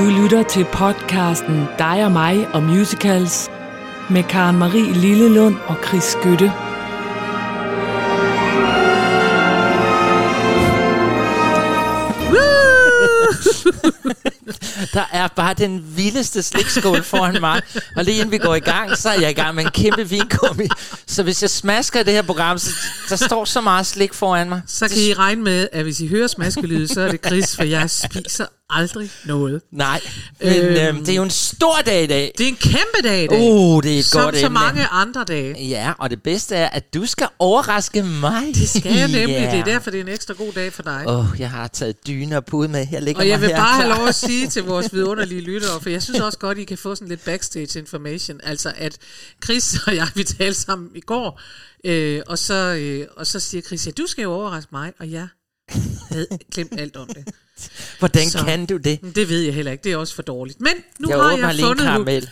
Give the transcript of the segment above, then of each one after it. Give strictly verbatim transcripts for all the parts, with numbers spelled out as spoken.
Du lytter til podcasten Dig og mig og musicals med Karen Marie Lillelund og Chris Skytte. Der er bare den vildeste slikskål foran mig. Og lige inden vi går i gang, så er jeg i gang med en kæmpe vinkummi. Så hvis jeg smasker det her program, så der står så meget slik foran mig. Så kan I regne med, at hvis I hører smaskelyde, så er det Chris, for jeg spiser aldrig noget. Nej, men øhm, øhm, det er jo en stor dag i dag. Det er en kæmpe dag i dag. Uh, det er et som godt så emne. mange andre dage. Ja, og det bedste er, at du skal overraske mig. Det skal jeg nemlig. Yeah. Det er derfor, det er en ekstra god dag for dig. Åh, oh, jeg har taget dyne og pude med. Jeg ligger og jeg mig vil her bare klar. have lov at sige til vores vidunderlige lyttere, for jeg synes også godt, I kan få sådan lidt backstage information. Altså, at Chris og jeg, vi talte sammen i går, øh, og, så, øh, og så siger Chris, ja, du skal jo overraske mig, og jeg havde glemt alt om det. Hvordan så, kan du det? Det ved jeg heller ikke, det er også for dårligt. Men nu jeg har jeg lige fundet... en karamel.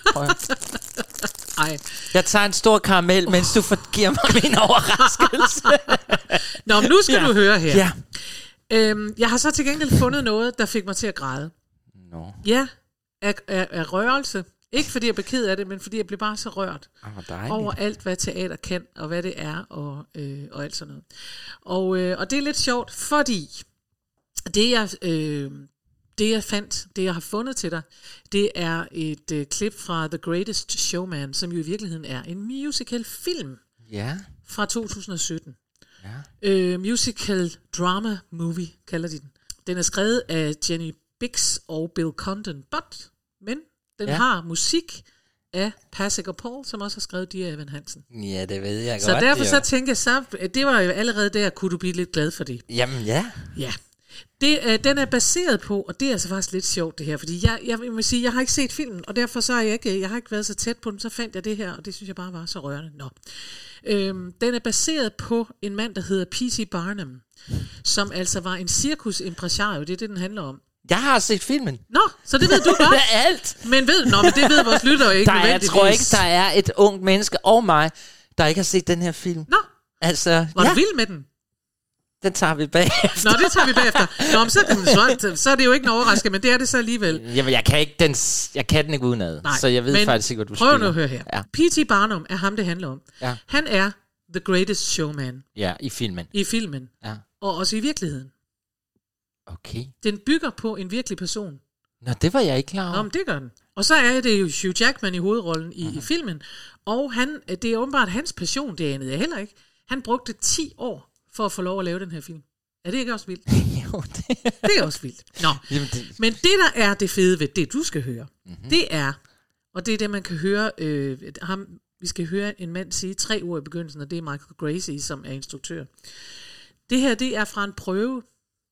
Ej. Jeg tager en stor karamel, oh. mens du giver mig min overraskelse. Nå, men nu skal ja. du høre her. Ja. Øhm, jeg har så til gengæld fundet noget, der fik mig til at græde. No. Ja, af, af, af rørelse. Ikke fordi jeg blev ked af det, men fordi jeg blev bare så rørt oh, over alt, hvad teater kan, og hvad det er, og, øh, og alt sådan noget. Og, øh, og det er lidt sjovt, fordi det jeg, øh, det jeg fandt, det jeg har fundet til dig, det er et øh, klip fra The Greatest Showman, som jo i virkeligheden er en musical film ja. fra to tusind og sytten. Ja. Øh, musical drama movie, kalder de den. Den er skrevet af Jenny Biggs og Bill Condon, but, men den ja. har musik af Pasek og Paul, som også har skrevet Dear Evan Hansen. Ja, det ved jeg så godt. Så derfor så tænker jeg, så, det var jo allerede der, kunne du blive lidt glad for det. Jamen ja. Ja. Det, øh, den er baseret på, og det er altså faktisk lidt sjovt det her, fordi jeg, jeg vil sige, jeg har ikke set filmen, og derfor så har jeg ikke, jeg har ikke været så tæt på den, så fandt jeg det her, og det synes jeg bare var så rørende. Nå. Øhm, den er baseret på en mand, der hedder P T Barnum, som altså var en cirkus impresario, det er det, den handler om. Jeg har set filmen. Nå, så det ved du godt. Alt. Men ved, nå, men det ved vores lyttere ikke. Der er, jeg tror ikke, der er et ungt menneske og mig, der ikke har set den her film. Nå, altså, var ja. du vild med den? Den tager vi bagefter. Nå, det tager vi bagefter. Nå, men så, så, så er det jo ikke en overraskelse, men det er det så alligevel. Jamen, jeg kan ikke den, jeg kan den ikke udenad, så jeg ved faktisk ikke, hvad du prøv spiller. Prøv nu at høre her. Ja. P T Barnum er ham, det handler om. Ja. Han er The Greatest Showman. Ja, i filmen. I filmen. Ja. Og også i virkeligheden. Okay. Den bygger på en virkelig person. Nå, det var jeg ikke klar over. Nå, men det gør den. Og så er det jo Hugh Jackman i hovedrollen i, uh-huh. i filmen. Og han, det er åbenbart hans passion, det anede jeg heller ikke. Han brugte ti år for at få lov at lave den her film. Er det ikke også vildt? Jo, det... det er også vildt. Nå, Jamen, det... men det der er det fede ved det, du skal høre, mm-hmm. det er, og det er det, man kan høre, øh, ham, vi skal høre en mand sige tre ord i begyndelsen, og det er Michael Gracie, som er instruktør. Det her, det er fra en prøve.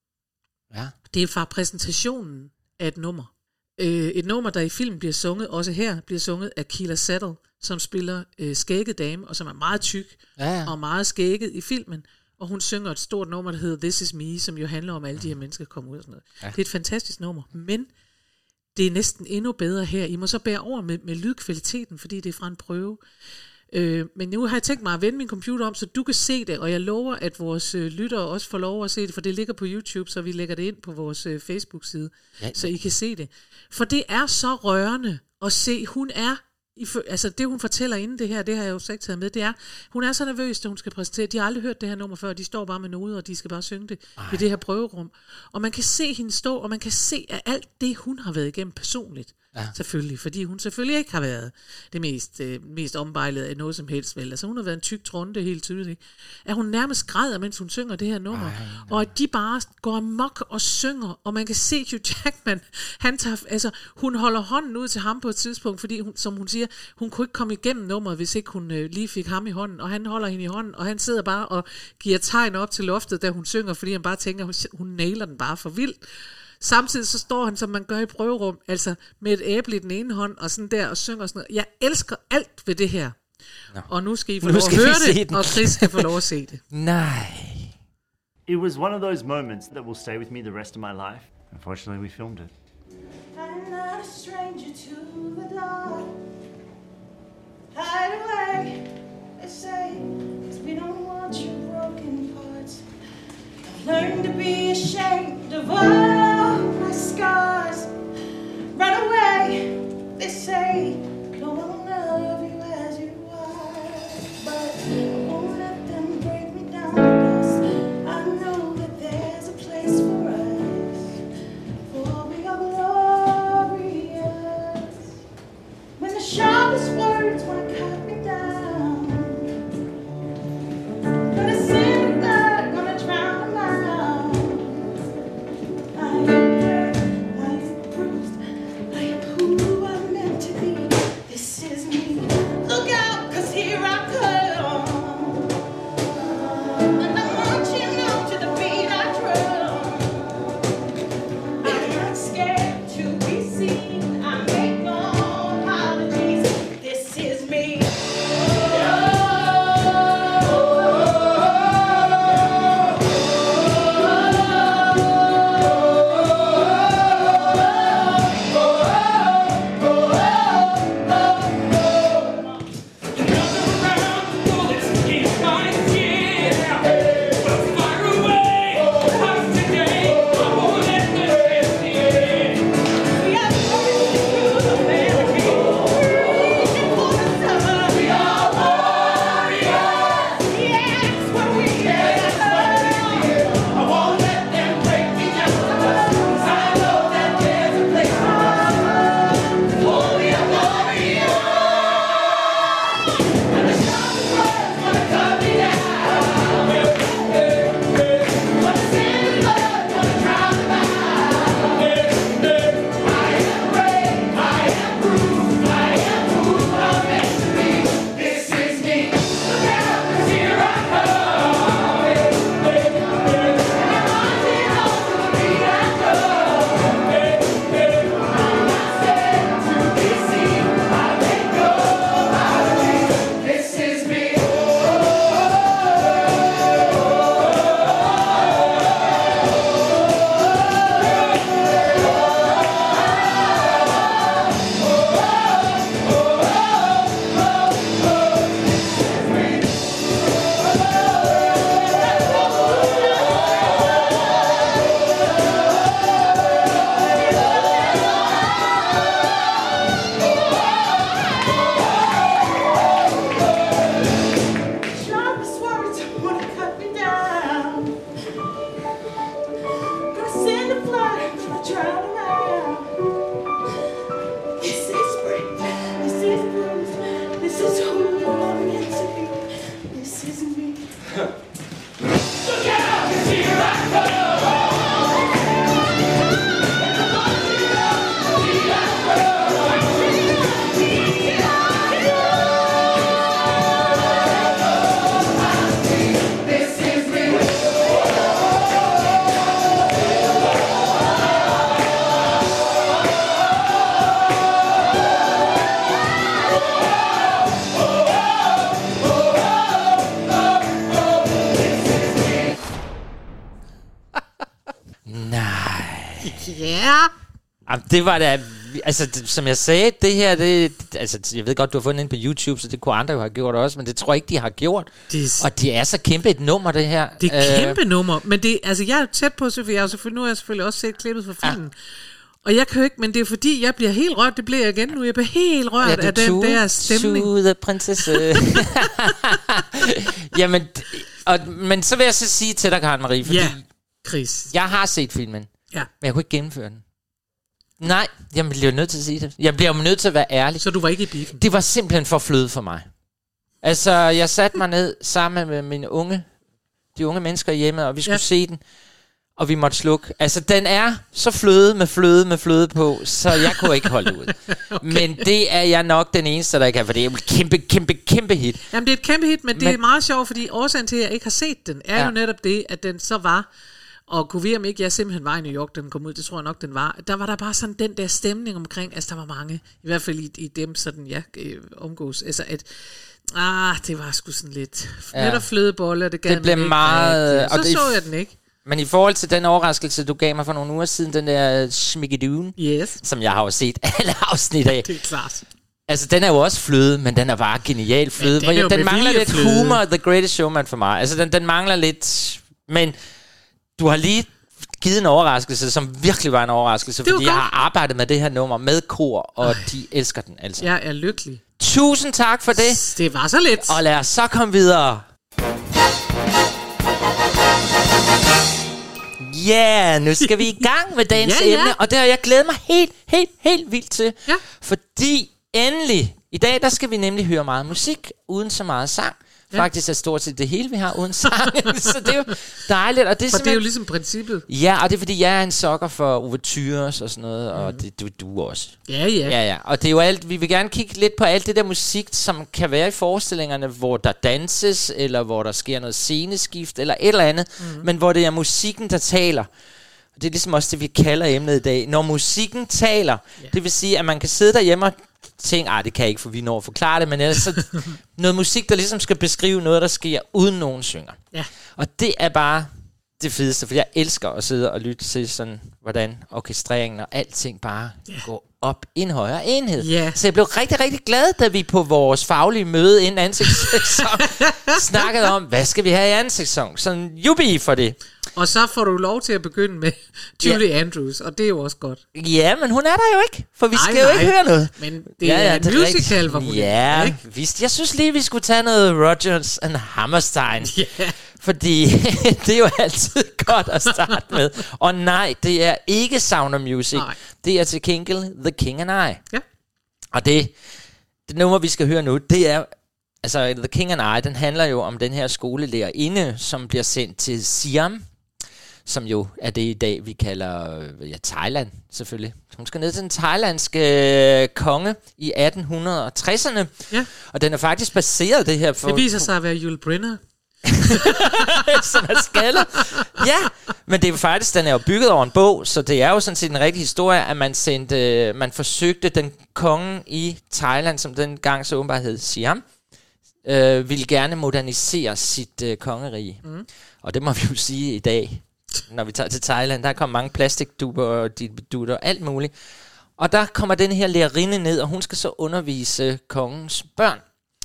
Ja. Det er fra præsentationen af et nummer. Øh, et nummer, der i film bliver sunget, også her bliver sunget af Keila Settle, som spiller øh, skægget dame, og som er meget tyk ja, ja. og meget skægget i filmen. Og hun synger et stort nummer, der hedder This Is Me, som jo handler om, at alle de her mennesker kommer ud og sådan noget. Ja. Det er et fantastisk nummer, men det er næsten endnu bedre her. I må så bære over med, med lydkvaliteten, fordi det er fra en prøve. Øh, men nu har jeg tænkt mig at vende min computer om, så du kan se det, og jeg lover, at vores øh, lyttere også får lov at se det, for det ligger på YouTube, så vi lægger det ind på vores øh, Facebook-side, ja. så I kan se det. For det er så rørende at se, hun er, i, altså det hun fortæller inden det her, det har jeg jo så ikke taget med, det er, hun er så nervøs, da hun skal præsentere, de har aldrig hørt det her nummer før, de står bare med noder, og de skal bare synge det Ej. i det her prøverum. Og man kan se hende stå, og man kan se, at alt det, hun har været igennem personligt, ja. selvfølgelig, fordi hun selvfølgelig ikke har været det mest, øh, mest ombejlede af noget som helst, vel. Altså hun har været en tyk trunde, helt tydeligt. At hun nærmest græder, mens hun synger det her nummer. Ej, og at de bare går amok og synger, og man kan se Hugh Jackman, han tager, altså hun holder hånden ud til ham på et tidspunkt, fordi hun, som hun siger, hun kunne ikke komme igennem nummeret, hvis ikke hun øh, lige fik ham i hånden, og han holder hende i hånden, og han sidder bare og giver tegn op til loftet, da hun synger, fordi han bare tænker, hun, hun nailer den bare for vildt. Samtidig så står han, som man gør i prøverum, altså med et æble i den ene hånd, og sådan der, og synger sådan noget. Jeg elsker alt ved det her. No. Og nu skal I få nu lov at høre det, og Chris skal få lov at se det. Nej. It was one of those moments that will stay with me the rest of my life. Unfortunately, we filmed it. I'm not a stranger to the dark. Hide away, they say, 'cause we don't want your broken parts. I've learned to be ashamed of all my scars. Run Ja. Jamen, det var da... Altså, det, som jeg sagde, det her... Det, altså, jeg ved godt, du har fundet den på YouTube, så det kunne andre jo have gjort også, men det tror jeg ikke, de har gjort. Det, og det er så kæmpe et nummer, det her. Det er et kæmpe øh, nummer, men det, altså, jeg er tæt på, så jeg har selvfølgelig, nu har jeg selvfølgelig også set klippet fra filmen. Ja. Og jeg kan jo ikke, men det er fordi, jeg bliver helt rørt. Det bliver jeg igen nu. Jeg bliver helt rørt ja, af den to, der stemning. To the princesse. Jamen, og, men så vil jeg så sige til dig, Karen Marie, fordi ja, Chris. Jeg har set filmen, ja. Men jeg kunne ikke gennemføre den. Nej, jeg bliver nødt til at sige det. Jeg bliver nødt til at være ærlig. Så du var ikke i biffen? Det var simpelthen for fløde for mig. Altså, jeg satte mig ned sammen med mine unge, de unge mennesker hjemme, og vi skulle ja. se den. Og vi måtte slukke. Altså, den er så fløde med fløde med fløde på, så jeg kunne ikke holde ud. Okay. Men det er jeg nok den eneste, der ikke kan, for det er et kæmpe, kæmpe, kæmpe hit. Jamen, det er et kæmpe hit, men det men, er meget sjovt, fordi årsagen til, at jeg ikke har set den, er ja. jo netop det, at den så var, og kunne vi om ikke, jeg simpelthen var i New York, da den kom ud, det tror jeg nok, den var. Der var der bare sådan den der stemning omkring, altså der var mange, i hvert fald i, i dem, sådan, ja, omgås, altså at, ah, det var sgu sådan lidt, ja. netop flødeboller, det gav det blev meget, så det, så jeg den ikke. Men i forhold til den overraskelse, du gav mig for nogle uger siden, den der Schmigadoon, yes. som jeg har jo set alle afsnit af. Det er klart. Altså, den er jo også fløde, men den er bare genial fløde. Den, den, den mangler lidt fløde. Humor, The Greatest Showman for mig. Altså, den, den mangler lidt... Men du har lige givet en overraskelse, som virkelig var en overraskelse, fordi jeg har arbejdet med det her nummer med kor, og Øj. de elsker den altså. Jeg er lykkelig. Tusind tak for det. Det var så lidt. Og lad os så komme videre. Ja, yeah, nu skal vi i gang med dagens ja, ja. emne, og det har jeg glædet mig helt, helt, helt vildt til. Ja. Fordi endelig, i dag, der skal vi nemlig høre meget musik, uden så meget sang. Ja. Faktisk er stort set det hele, vi har uden sang. Så det er jo dejligt. Og det er for det er jo ligesom princippet. Ja, og det er fordi, jeg er en sokker for ouvertures og sådan noget, og mm. det du, du også. Ja, ja. Ja, ja. Og det er jo alt, vi vil gerne kigge lidt på alt det der musik, som kan være i forestillingerne, hvor der danses, eller hvor der sker noget sceneskift, eller et eller andet, mm. men hvor det er musikken, der taler. Og det er ligesom også det, vi kalder emnet i dag. Når musikken taler, ja. det vil sige, at man kan sidde derhjemme og tænke, ah, det kan jeg ikke, for vi når at forklare det, men ellers så noget musik, der ligesom skal beskrive noget, der sker, uden nogen synger. Ja. Og det er bare det fedeste, for jeg elsker at sidde og lytte til sådan, hvordan orkestreringen og alting bare yeah. går op i en højere enhed. Yeah. Så jeg blev rigtig, rigtig glad, da vi på vores faglige møde inden ansigtssæson snakkede om, hvad skal vi have i ansigtssæson? Sådan jubi for det. Og så får du lov til at begynde med Julie yeah. Andrews, og det er jo også godt. Ja, men hun er der jo ikke, for vi nej, skal nej. jo ikke høre noget. Men det ja, ja, er en musical, hvor hun ja, er, ikke? Ja, jeg synes lige, vi skulle tage noget Rodgers and Hammerstein. Yeah. Fordi det er jo altid godt at starte med. Og nej, det er ikke Sound of Music. Nej. Det er til Kinkel, The King and I. Ja. Og det, det nummer, vi skal høre nu, det er... Altså, The King and I, den handler jo om den her skolelærerinde, som bliver sendt til Siam, som jo er det i dag, vi kalder ja, Thailand, selvfølgelig. Hun skal ned til den thailandske øh, konge i atten tresserne. Ja. Og den er faktisk baseret det her... For, det viser sig at være Yul Brynner. Som er skaldet. Ja, men det er jo faktisk, den er jo bygget over en bog, så det er jo sådan set en rigtig historie, at man sendte, man forsøgte den konge i Thailand, som dengang så åbenbart hed Siam, øh, ville gerne modernisere sit øh, kongerige. Mm. Og det må vi jo sige i dag, når vi tager til Thailand, der kommer mange plastikduber og dutter og alt muligt. Og der kommer den her lærerinde ned, og hun skal så undervise kongens børn.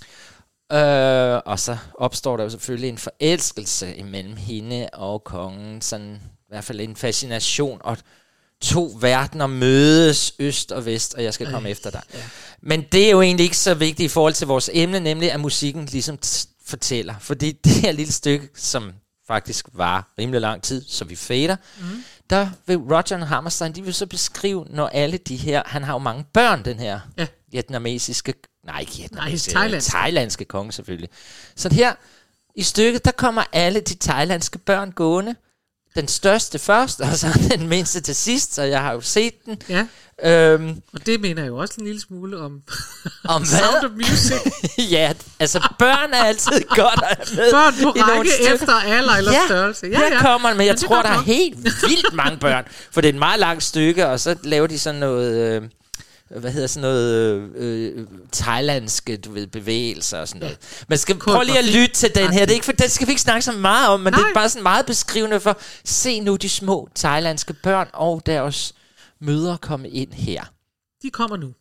Øh, og så opstår der jo selvfølgelig en forelskelse imellem hende og kongen, sådan i hvert fald en fascination, og to verdener mødes, øst og vest, og jeg skal komme Ej, efter dig. Ja. Men det er jo egentlig ikke så vigtigt i forhold til vores emne, nemlig at musikken ligesom t- fortæller. Fordi det her lille stykke, som faktisk var rimelig lang tid, så vi fader, mm. der vil Roger og Hammerstein, de vil så beskrive, når alle de her, han har jo mange børn, den her ja. vietnamesiske, nej ikke vietnamesiske, nej, thailandske. thailandske konge selvfølgelig. Så her i stykket, der kommer alle de thailandske børn gående, den største først, og så den mindste til sidst, så jeg har jo set den. Ja. Øhm, og det mener jeg jo også en lille smule om, om Sound of Music. Ja, altså børn er altid godt at have med. Børn på række efter alder eller ja, størrelse. Ja, her ja. kommer men jeg men tror, der er helt vildt mange børn, for det er et meget langt stykke, og så laver de sådan noget... Øh, hvad hedder sådan noget, øh, thailandske, du ved, bevægelser og sådan noget. Man skal prøve lige at lytte til den her. Det er ikke, for den skal vi ikke snakke så meget om, men Nej. det er bare sådan meget beskrivende for, se nu de små thailandske børn og deres mødre komme ind her. De kommer nu.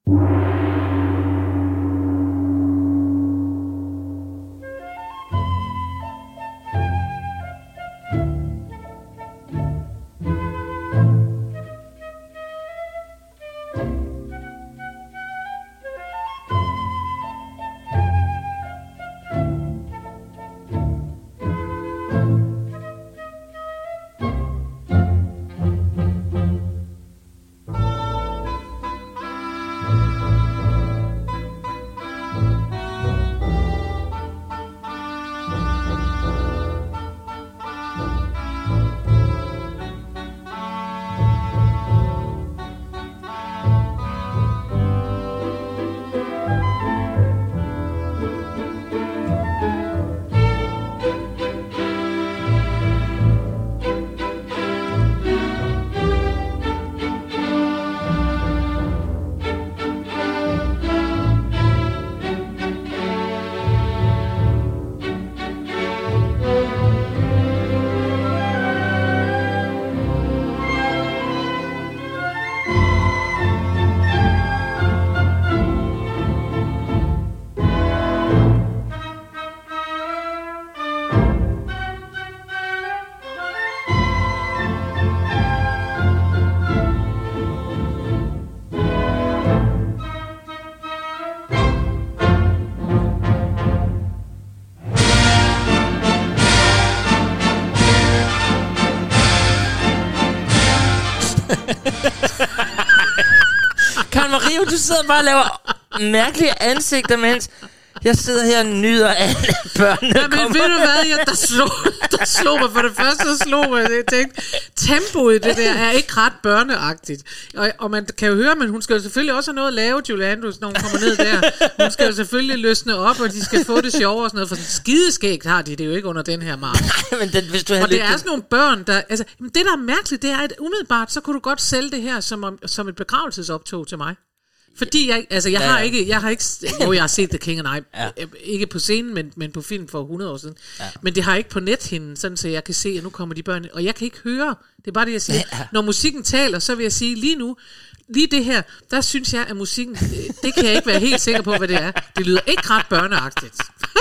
Karen Marie, du sidder bare og laver mærkelige ansigter, mens jeg sidder her og nyder alle børnene. Ja, men ved du hvad, jeg, der, slog, der slog mig for det første, der slog mig, jeg tænkte, tempoet i det der er ikke ret børneagtigt. Og, og man kan jo høre, men hun skal jo selvfølgelig også have noget at lave, Julie Andrews, når hun kommer ned der. Hun skal jo selvfølgelig løsne op, og de skal få det sjovere og sådan noget, for sådan skideskægt har de det jo ikke under den her mark. Nej, men den, hvis du havde og det er sådan nogle børn, der... Altså, det, der er mærkeligt, det er, at umiddelbart, så kunne du godt sælge det her som, om, som et begravelsesoptog til mig. Fordi jeg, altså jeg ja, har ikke, jeg har ikke, jo jeg har set The King and I, ja. Ikke på scenen, men, men på film for hundrede år siden. Ja. Men det har ikke på nethinden, sådan så jeg kan se, at nu kommer de børn, og jeg kan ikke høre. Det er bare det jeg siger. Ja. Når musikken taler, så vil jeg sige lige nu, lige det her, der synes jeg, at musikken, det, det kan jeg ikke være helt sikker på, hvad det er. Det lyder ikke ret børneagtigt.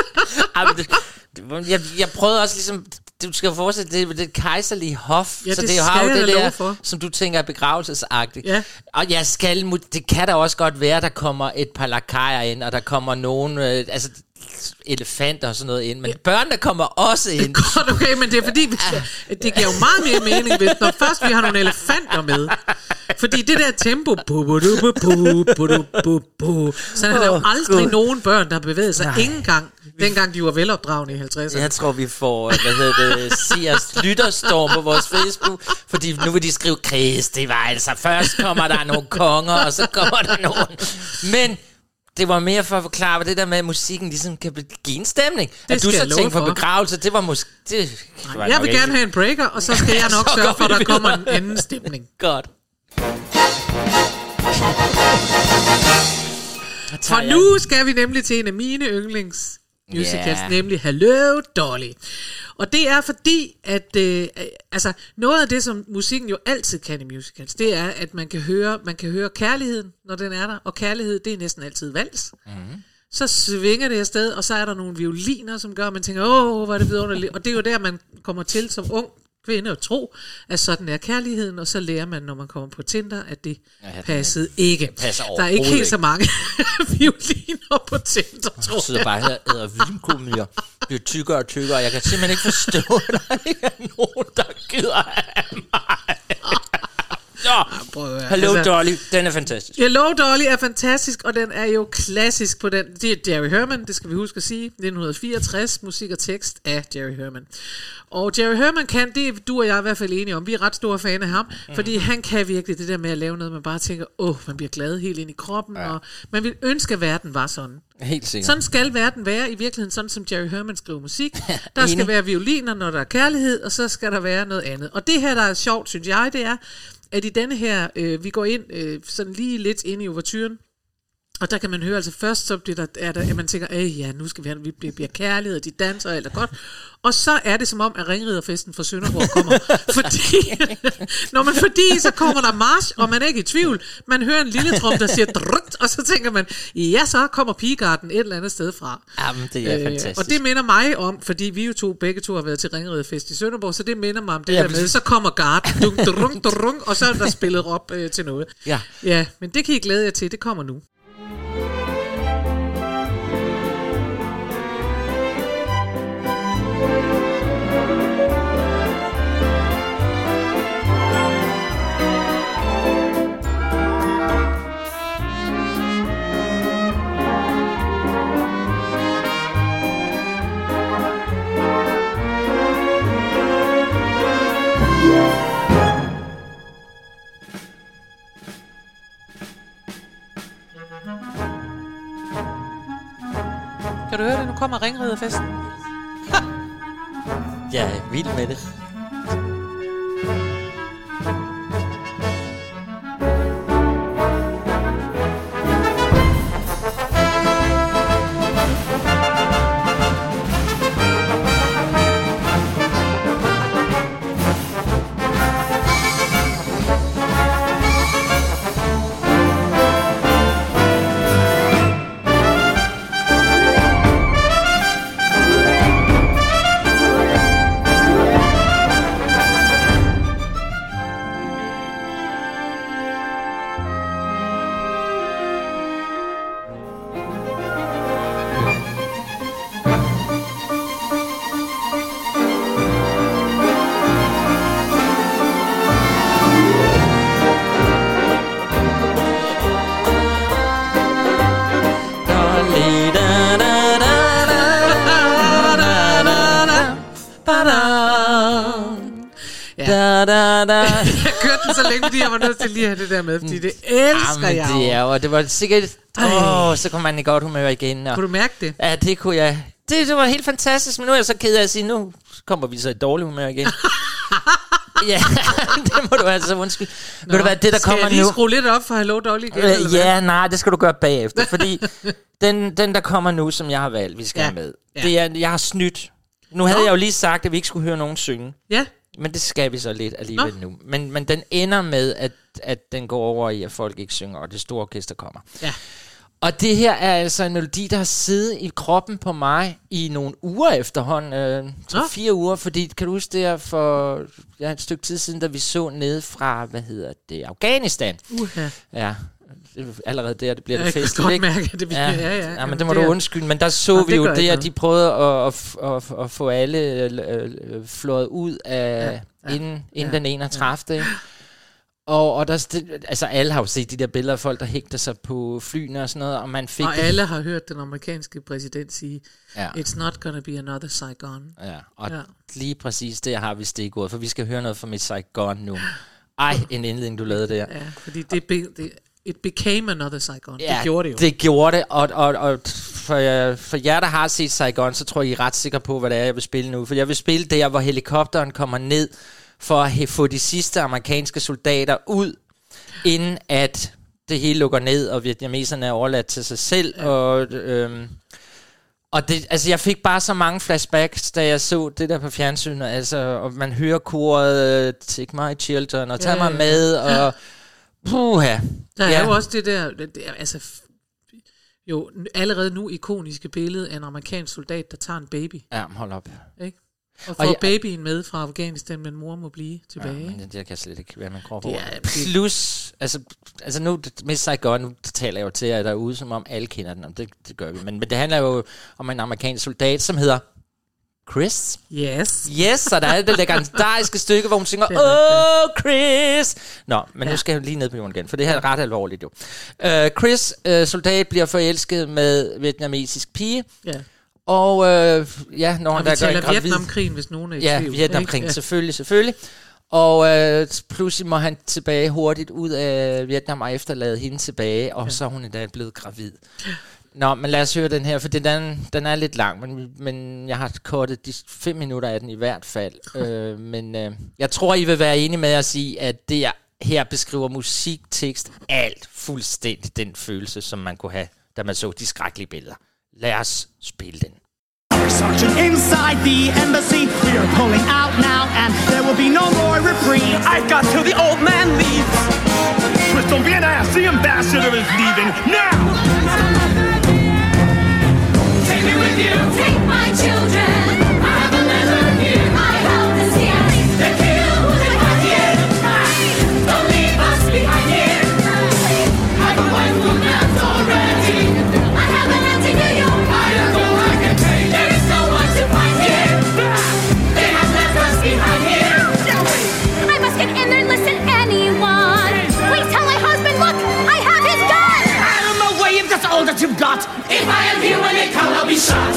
jeg, jeg prøvede også ligesom. Du skal jo forestille det er det kejserlige hof, ja, så det, det har jo det der, for. som du tænker er begravelsesagtigt. Ja. Og jeg skal, det kan da også godt være, der kommer et par lakajer ind, og der kommer nogen, øh, altså elefanter og sådan noget ind, men ja. Børnene kommer også ind. Godt, okay, men det er fordi, ja. Det giver jo meget mere mening, hvis, når først vi har nogle elefanter med. Fordi det der tempo, bu, bu, bu, bu, bu, bu, bu, så er der jo aldrig nogen børn, der har bevæget sig. Nej. Ingen gang, dengang de var velopdragende i halvtredserne. Jeg tror, vi får, hvad hedder det, Sias lytterstorm på vores Facebook, fordi nu vil de skrive, Chris, det var altså, først kommer der nogle konger, og så kommer der nogen. Men det var mere for at forklare, hvad det der med, at musikken ligesom kan give en stemning. Det at du så tænkte på begravelse, det var måske... Det var jeg vil gerne ikke. have en breaker, og så skal jeg nok sørge for, at der kommer en anden stemning. Godt. For nu skal vi nemlig til en af mine yndlings musicals, yeah. nemlig Hello Dolly. Og det er fordi, at øh, altså, noget af det, som musikken jo altid kan i musicals, det er, at man kan høre, man kan høre kærligheden, når den er der. Og kærlighed, det er næsten altid vals. Mm-hmm. Så svinger det afsted, og så er der nogle violiner, som gør, at man tænker, åh, hvor er det vidunderligt. Og det er jo der, man kommer til som ung kvinde og tro, at sådan er kærligheden, og så lærer man, når man kommer på Tinder, at det ja, passede ikke. Der er ikke helt ikke. så mange violiner på Tinder, tror jeg. Jeg sidder bare her og æder vinkummier, bliver tykkere og tykkere, og jeg kan simpelthen ikke forstå, at der ikke er nogen, der gider af mig. Nå, Hello altså, Dolly, den er fantastisk. Hello Dolly er fantastisk, og den er jo klassisk på den. Det er Jerry Herman, det skal vi huske at sige. nitten fireogtres, musik og tekst af Jerry Herman. Og Jerry Herman kan, det er du og jeg i hvert fald enige om, vi er ret store fan af ham, mm. fordi han kan virkelig det der med at lave noget, man bare tænker, åh, oh, man bliver glad helt ind i kroppen, ja. Og man vil ønske, at verden var sådan. Helt sikkert. Sådan skal verden være i virkeligheden, sådan som Jerry Herman skriver musik. Der skal være violiner, når der er kærlighed, og så skal der være noget andet. Og det her, der er sjovt, synes jeg, det er, at i denne her, øh, vi går ind øh, sådan lige lidt ind i ouverturen, og der kan man høre, altså først så bliver der, er der, at man tænker, øh ja, nu skal vi have, vi bliver, bliver kærlighed, de danser, alt er godt. Og så er det som om, at Ringriderfesten fra Sønderborg kommer. fordi, når man fordi, så kommer der march, og man er ikke i tvivl. Man hører en lille trum, der siger drukt, og så tænker man, ja, så kommer Pigegarden et eller andet sted fra. Jamen, det er øh, fantastisk. Og det minder mig om, fordi vi jo to, begge to har været til Ringriderfest i Sønderborg, så det minder mig om det ja, der med, så kommer Garden, dung, dung, dung, og så er der spillet op øh, til noget. Ja. Ja, men det kan I glæde jer til, det kommer nu. Kan du høre det? Nu kommer Ringriderfesten. Jeg er vild med det. Da, da, da. Jeg kørte den så længe, fordi jeg var nødt til lige at have det der med, fordi det elsker Jamen, jeg det er jo, det var sikkert, åh, så kom man i godt humør igen. Og, kunne du mærke det? Ja, det kunne jeg. Det, det var helt fantastisk, men nu er jeg så ked af at sige, nu kommer vi så i dårlig humør igen. Ja, det må du altså undskylde. Ved du hvad, det der kommer nu... Skal jeg lige skrue lidt op for Hello Dolly igen? Øh, ja, nej, det skal du gøre bagefter, fordi den, den der kommer nu, som jeg har valgt, vi skal ja. have med, ja. det er, jeg har snydt. Nu havde Nå. jeg jo lige sagt, at vi ikke skulle høre nogen synge. Ja. Men det skal vi så lidt alligevel Nå. nu. Men, men den ender med, at, at den går over i, at folk ikke synger, og det store orkester kommer. Ja. Og det her er altså en melodi, der har siddet i kroppen på mig i nogle uger efterhånden. Øh, så fire uger, fordi kan du huske det her for ja, et stykke tid siden, da vi så ned fra, hvad hedder det, Afghanistan. Uh-huh. Ja, allerede der, det bliver det fest. Jeg kan godt mærke, at det bliver, ja, ja, ja. Ja, men det må det du undskylde. Men der så ja, vi jo det, at de prøvede at, at, at, at få alle øh, øh, flået ud af, ja, ja, inden, inden ja, den enogtredivte Ja. Og, og der, det, altså alle har jo set de der billeder af folk, der hægter sig på flyene og sådan noget, og man fik Og det. alle har hørt den amerikanske præsident sige, ja. It's not gonna be another Saigon. Ja, og ja. lige præcis det har vi stikord, for vi skal høre noget fra mit Saigon nu. Ej, en indledning, du lavede der. Ja, fordi det, be, det it became another Saigon. Ja, det gjorde det jo. det gjorde det, og, og, og for, for jer, der har set Saigon, så tror jeg, I er ret sikre på, hvad det er, jeg vil spille nu. For jeg vil spille der, hvor helikopteren kommer ned, for at få de sidste amerikanske soldater ud, inden at det hele lukker ned, og vietnameserne er overladt til sig selv. Ja. Og, øhm, og det, altså, jeg fik bare så mange flashbacks, da jeg så det der på fjernsynet. Altså, og man hører koret, Take My Children, og Tag ja, mig med, ja. og puha. Der er ja. jo også det der, det er, altså, jo allerede nu ikoniske billede af en amerikansk soldat, der tager en baby. Ja, hold op. Ikke? Og får og babyen med fra Afghanistan, men mor må blive tilbage. Ja, men det, det kan slet ikke være, man krop over. Plus, altså, altså nu, med Saigon, nu taler jeg jo til jer derude, som om alle kender den, det, det gør vi. Men, men det handler jo om en amerikansk soldat, som hedder Chris. Yes. Yes, og der er det legendariske stykke, hvor hun synger, åh, Chris! Nå, men ja. nu skal jeg lige ned på jorden igen, for det her er ret alvorligt jo. Uh, Chris, uh, soldat, bliver forelsket med vietnamesisk pige. Ja. Og øh, ja, når han der gør en gravid. Vietnamkrigen, hvis nogen er i ja, tvivl. Vietnamkrigen, ja. selvfølgelig, selvfølgelig. Og øh, pludselig må han tilbage hurtigt ud af Vietnam og efterlade hende tilbage, og ja. så er hun endda blevet gravid. Nå, men lad os høre den her, for den, den er lidt lang, men, men jeg har kortet de fem minutter af den i hvert fald. øh, men øh, jeg tror, I vil være enige med at sige, at det er her beskriver musiktekst alt fuldstændig den følelse, som man kunne have, da man så de skrækkelige billeder. Lad os spille den. Sergeant inside the embassy, we are pulling out now, and there will be no more reprieve. I've got till the old man leaves. Twist, don't be an ass. The ambassador is leaving now. Take me with you. Take my children. I have a letter here. I held this here. They kill who they want here. Don't leave us behind here. I've a wife who left already. I have an empty New York. I don't know I can take. There is no one to find here. They have left us behind here. I must get in there and listen anyone. Please tell my husband, look, I have his gun. Out of my way if that's all that you've got. If I am here when they come, I'll be shot.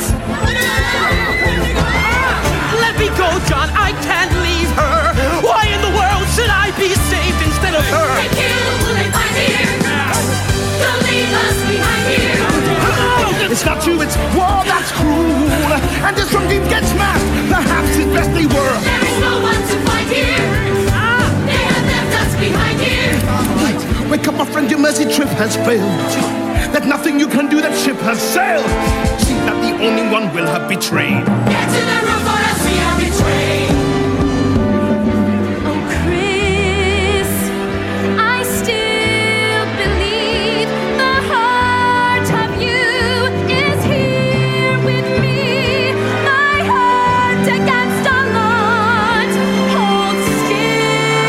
Let me go, John, I can't leave her. Why in the world should I be saved instead of her? They kill who they find here. Don't leave us behind here. Oh, it's not you, it's war that's cruel. And if something gets smashed, perhaps it's best they were. There is no one to find here. They have left us behind here. Right, wake up, my friend, your mercy trip has failed. There's nothing you can do, that ship has sailed. See that the only one will have betrayed. Get to the roof or else we are betrayed. Oh, Chris, I still believe the heart of you is here with me. My heart against a lot holds still.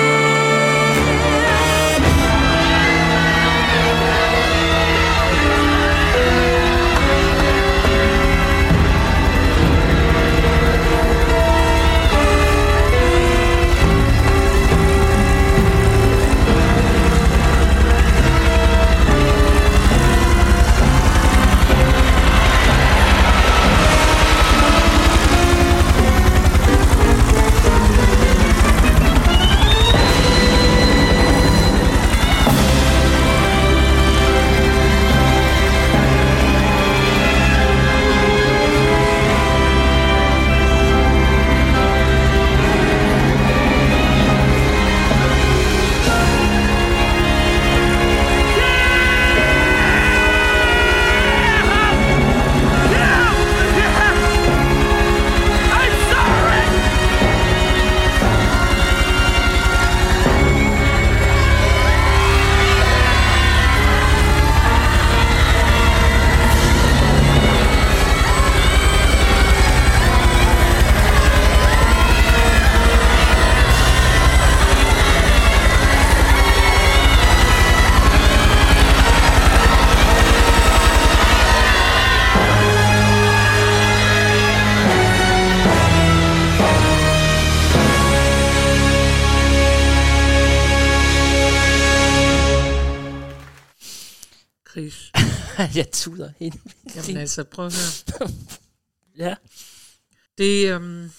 Chris. Jeg tuder hende. Jamen altså, prøv at høre. Ja. Det, um...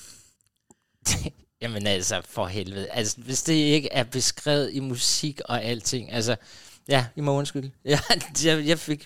Jamen altså, for helvede. Altså, hvis det ikke er beskrevet i musik og alting, altså, ja, I må undskylde. Ja, jeg, jeg fik...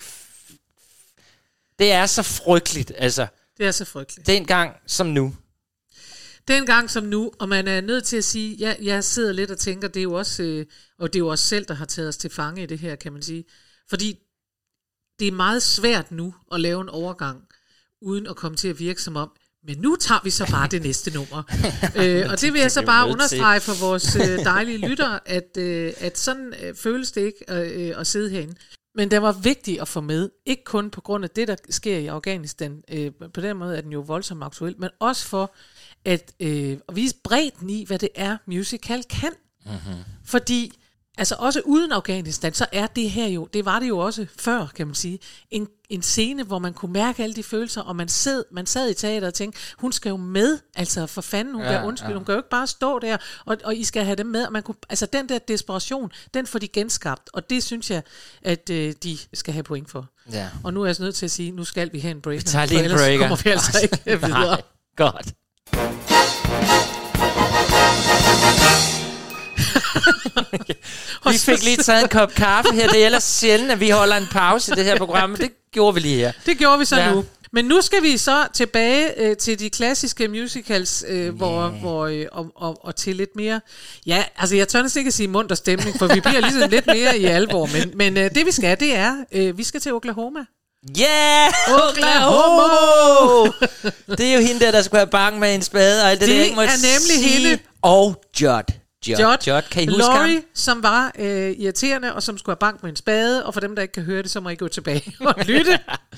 Det er så frygteligt, altså. Det er så frygteligt. Dengang som nu. Dengang som nu, og man er nødt til at sige, ja, jeg sidder lidt og tænker, det er jo også, øh, og det er jo os selv, der har taget os til fange i det her, kan man sige. Fordi det er meget svært nu at lave en overgang, uden at komme til at virke som om, men nu tager vi så bare det næste nummer. øh, og det vil jeg så bare understrege for vores øh, dejlige lyttere, at, øh, at sådan øh, føles det ikke øh, at sidde herinde. Men det var vigtigt at få med, ikke kun på grund af det, der sker i Afghanistan, øh, på den måde er den jo voldsomt aktuel, men også for at øh, vise bredden i, hvad det er, musical kan. Mm-hmm. Fordi, altså også uden Afghanistan, så er det her jo, det var det jo også før, kan man sige, en, en scene, hvor man kunne mærke alle de følelser, og man sad, man sad i teater og tænkte, hun skal jo med, altså for fanden, hun ja, kan undskyld, ja. Hun kan jo ikke bare stå der, og, og I skal have dem med, og man kunne, altså den der desperation, den får de genskabt, og det synes jeg, at øh, de skal have point for. Ja. Og nu er jeg altså nødt til at sige, nu skal vi have en break, vi tager lige en breaker. Kommer vi altså ikke videre. Nej, godt. Vi fik lige taget en kop kaffe her. Det er ellers sjældent, at vi holder en pause i det her program, men det gjorde vi lige her. Det gjorde vi så ja. nu. Men nu skal vi så tilbage øh, til de klassiske musicals, øh, yeah. hvor, hvor, øh, og, og, og til lidt mere... Ja, altså jeg tør næsten ikke at sige munter stemning, for vi bliver ligesom lidt mere i alvor. Men, men øh, det vi skal, det er, øh, vi skal til Oklahoma. Yeah! Oklahoma! Det er jo hende der, der skulle have bang med en spade og alt det, det der, ikke må er nemlig sige. hende. Og Judd. Judd. Judd. Judd. Kan I huske Laurie, ham? som var øh, irriterende, og som skulle have bank med en spade, og for dem, der ikke kan høre det, så må I gå tilbage og lytte.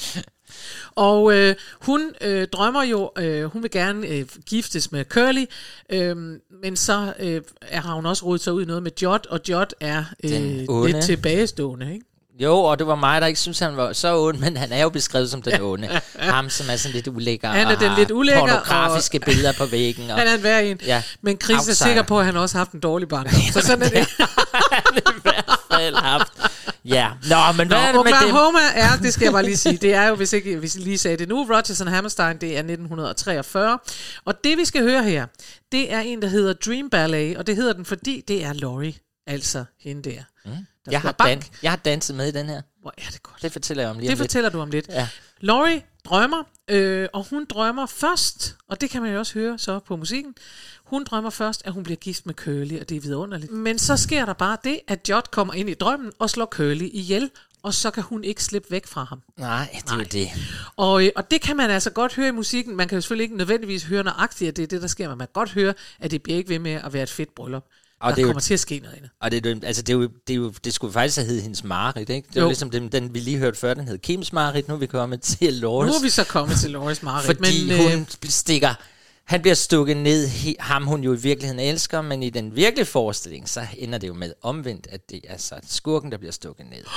Og øh, hun øh, drømmer jo, øh, hun vil gerne øh, giftes med Curly, øh, men så øh, har hun også rodet sig ud i noget med Judd, og Judd er øh, lidt tilbagestående, ikke? Jo, og det var mig, der ikke synes, han var så ond, men han er jo beskrevet som den onde. Ham, som er sådan lidt ulækker, han er og den har lidt ulækker, pornografiske og billeder på væggen. Og han er en værre en. Ja, men Chris outsider. Er sikker på, at han også har haft en dårlig barndom. Så sådan er det. Han er i hvert fald haft. Ja, nå, men hvad Nå, er det Oklahoma med det? Oklahoma er, det skal jeg bare lige sige, det er jo, hvis ikke hvis jeg lige sagde det nu, Rodgers and Hammerstein, det er nitten treogfyrre. Og det, vi skal høre her, det er en, der hedder Dream Ballet, og det hedder den, fordi det er Laurie, altså hende der. Mm. der jeg, har dan- jeg har danset med i den her. Hvor er det godt. Det fortæller jeg om lige Det om fortæller lidt. du om lidt. Ja. Laurie drømmer, øh, og hun drømmer først, og det kan man jo også høre så på musikken, hun drømmer først, at hun bliver gift med Curly, og det er vidunderligt. Men så sker der bare det, at Judd kommer ind i drømmen og slår Curly ihjel, og så kan hun ikke slippe væk fra ham. Nej, det er jo det. Og, øh, og det kan man altså godt høre i musikken. Man kan jo selvfølgelig ikke nødvendigvis høre nøjagtigt, at det er det, der sker, men man kan godt høre, at det bliver ikke ved med at være et fedt bryllup. Og der det kommer jo, til at ske noget andet. Og det, altså det, er jo, det, er jo, det skulle faktisk have heddet hendes Marit, ikke? Det var ligesom den, den, vi lige hørte før, den hed Kims Marit. Nu er vi kommet til Lauries. Nu er vi så kommet til Lauries Marit. Fordi men, hun øh, stikker... Han bliver stukket ned, ham hun jo i virkeligheden elsker, men i den virkelige forestilling, så ender det jo med omvendt, at det er så skurken, der bliver stukket ned.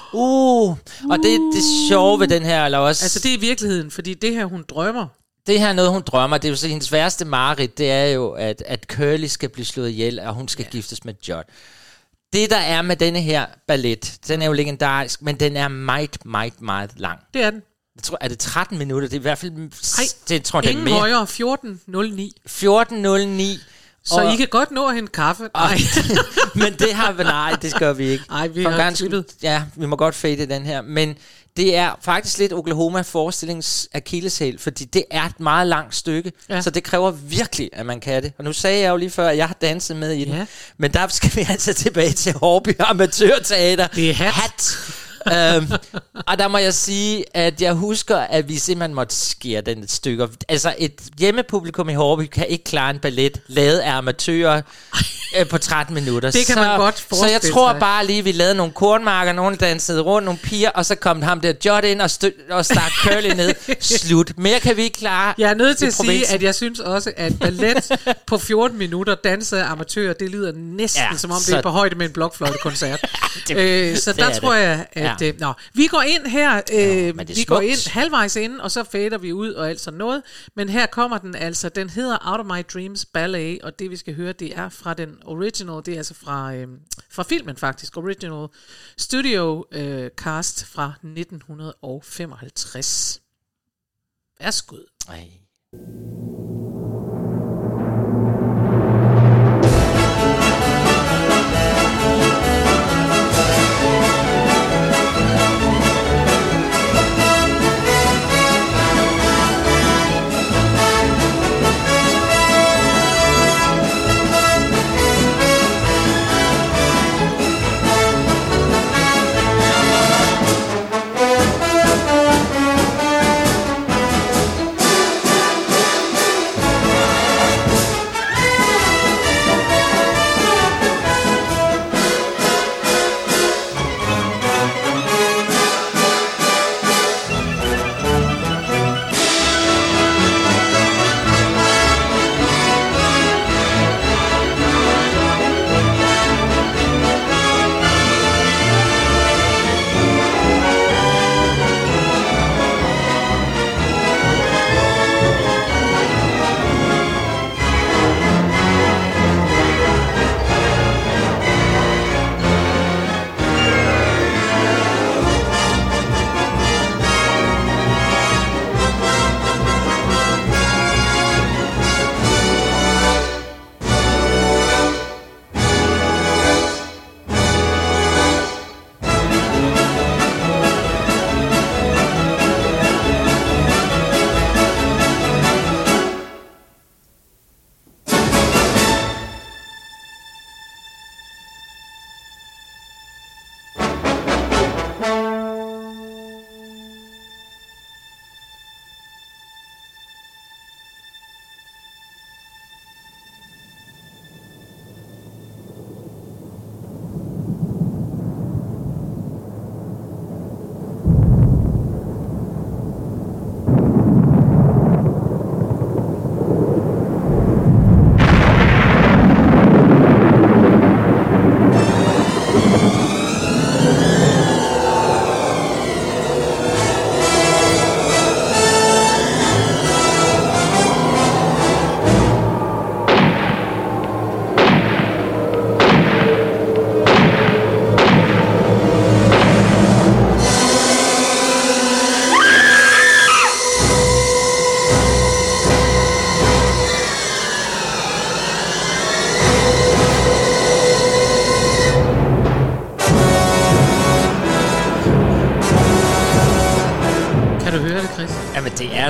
Uh, og det er det sjove ved den her, eller også... Altså det er i virkeligheden, fordi det her, hun drømmer... Det her er noget, hun drømmer. Det er jo så hendes værste mareridt, det er jo, at, at Curly skal blive slået ihjel, og hun skal ja. giftes med Judd. Det, der er med denne her ballet, den er jo legendarisk, men den er meget, meget, meget lang. Det er den. Jeg tror, er det tretten minutter? Det er i hvert fald... Ej, det tror jeg, ingen det er mere. højere. fjorten nul ni. fjorten nul ni. Så og I kan godt nå at hente kaffe. Nej. Men det har vi... Nej, det gør vi ikke. Nej, vi For har ganske, klippet. Ja, vi må godt fade den her. Men det er faktisk lidt Oklahoma-forestillings akilleshæl, fordi det er et meget langt stykke, ja. Så det kræver virkelig, at man kan det. Og nu sagde jeg jo lige før, at jeg har danset med i den. Ja. Men der skal vi altså tilbage til Hårby Amatørteater. Det er hat. hat. øhm, og der må jeg sige, at jeg husker, at vi simpelthen måtte skære den et stykke. Altså et hjemmepublikum i Hårby kan ikke klare en ballet lavet af amatører øh, på tretten minutter. Det kan så, man godt Så jeg tror bare lige, vi lavede nogle kornmarker, nogle dansede rundt, nogle piger, og så kom ham der Judd ind og, stø- og stak Curly ned. Slut. Mere kan vi ikke klare. Jeg er nødt til at sige, at jeg synes også, at ballet på fjorten minutter danset af amatører, det lyder næsten ja, som om det er på højde med en blokfløjtekoncert. det, øh, så der tror det. jeg, at Ja. Nå, vi går ind her, øh, jo, vi går ind halvvejs ind, og så fader vi ud og alt sådan noget. Men her kommer den altså, den hedder Out of My Dreams Ballet, og det vi skal høre, det er fra den original, det er altså fra, øh, fra filmen faktisk, original studio øh, cast fra nitten femoghalvtreds. Værsgo. Ej.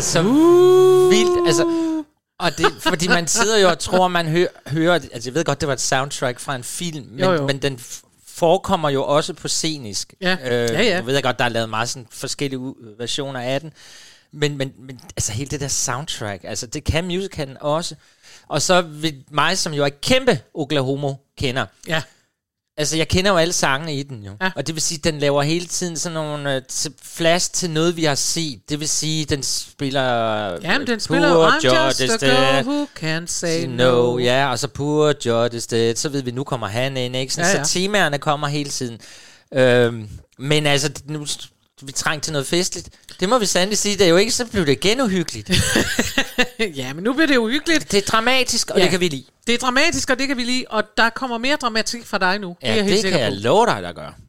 så vildt. Altså, og det, fordi man sidder jo og tror, man hø- hører... Altså, jeg ved godt, det var et soundtrack fra en film, men, Jo, jo. men den f- forekommer jo også på scenisk. Ja. Øh, Ja, ja. Jeg ved godt, der er lavet meget sådan forskellige u- versioner af den. Men, men, men altså, hele det der soundtrack, altså, det kan musicalen også. Og så ved mig, som jo er kæmpe Oklahoma-kender... Ja. Altså, jeg kender jo alle sangene i den jo. Ja. Og det vil sige, at den laver hele tiden sådan nogle uh, t- flash til noget, vi har set. Det vil sige, at den spiller... Jamen, den uh, spiller Poor I'm George just is a dead. girl who can't say no. no. Ja, og så Poor George is dead. Så ved vi, nu kommer han ind, ikke? Sådan, Ja, ja. Så temaerne kommer hele tiden. Øhm, men altså, nu vi trængte til noget festligt. Det må vi sandelig sige. Det er jo ikke, så blev det igen uhyggeligt. Ja, men nu bliver det jo hyggeligt. Det er dramatisk, og Ja. det kan vi lide. Det er dramatisk, og det kan vi lide. Og der kommer mere dramatik fra dig nu. Ja, det er jeg det, helt det sikker kan på. jeg love dig, der gør.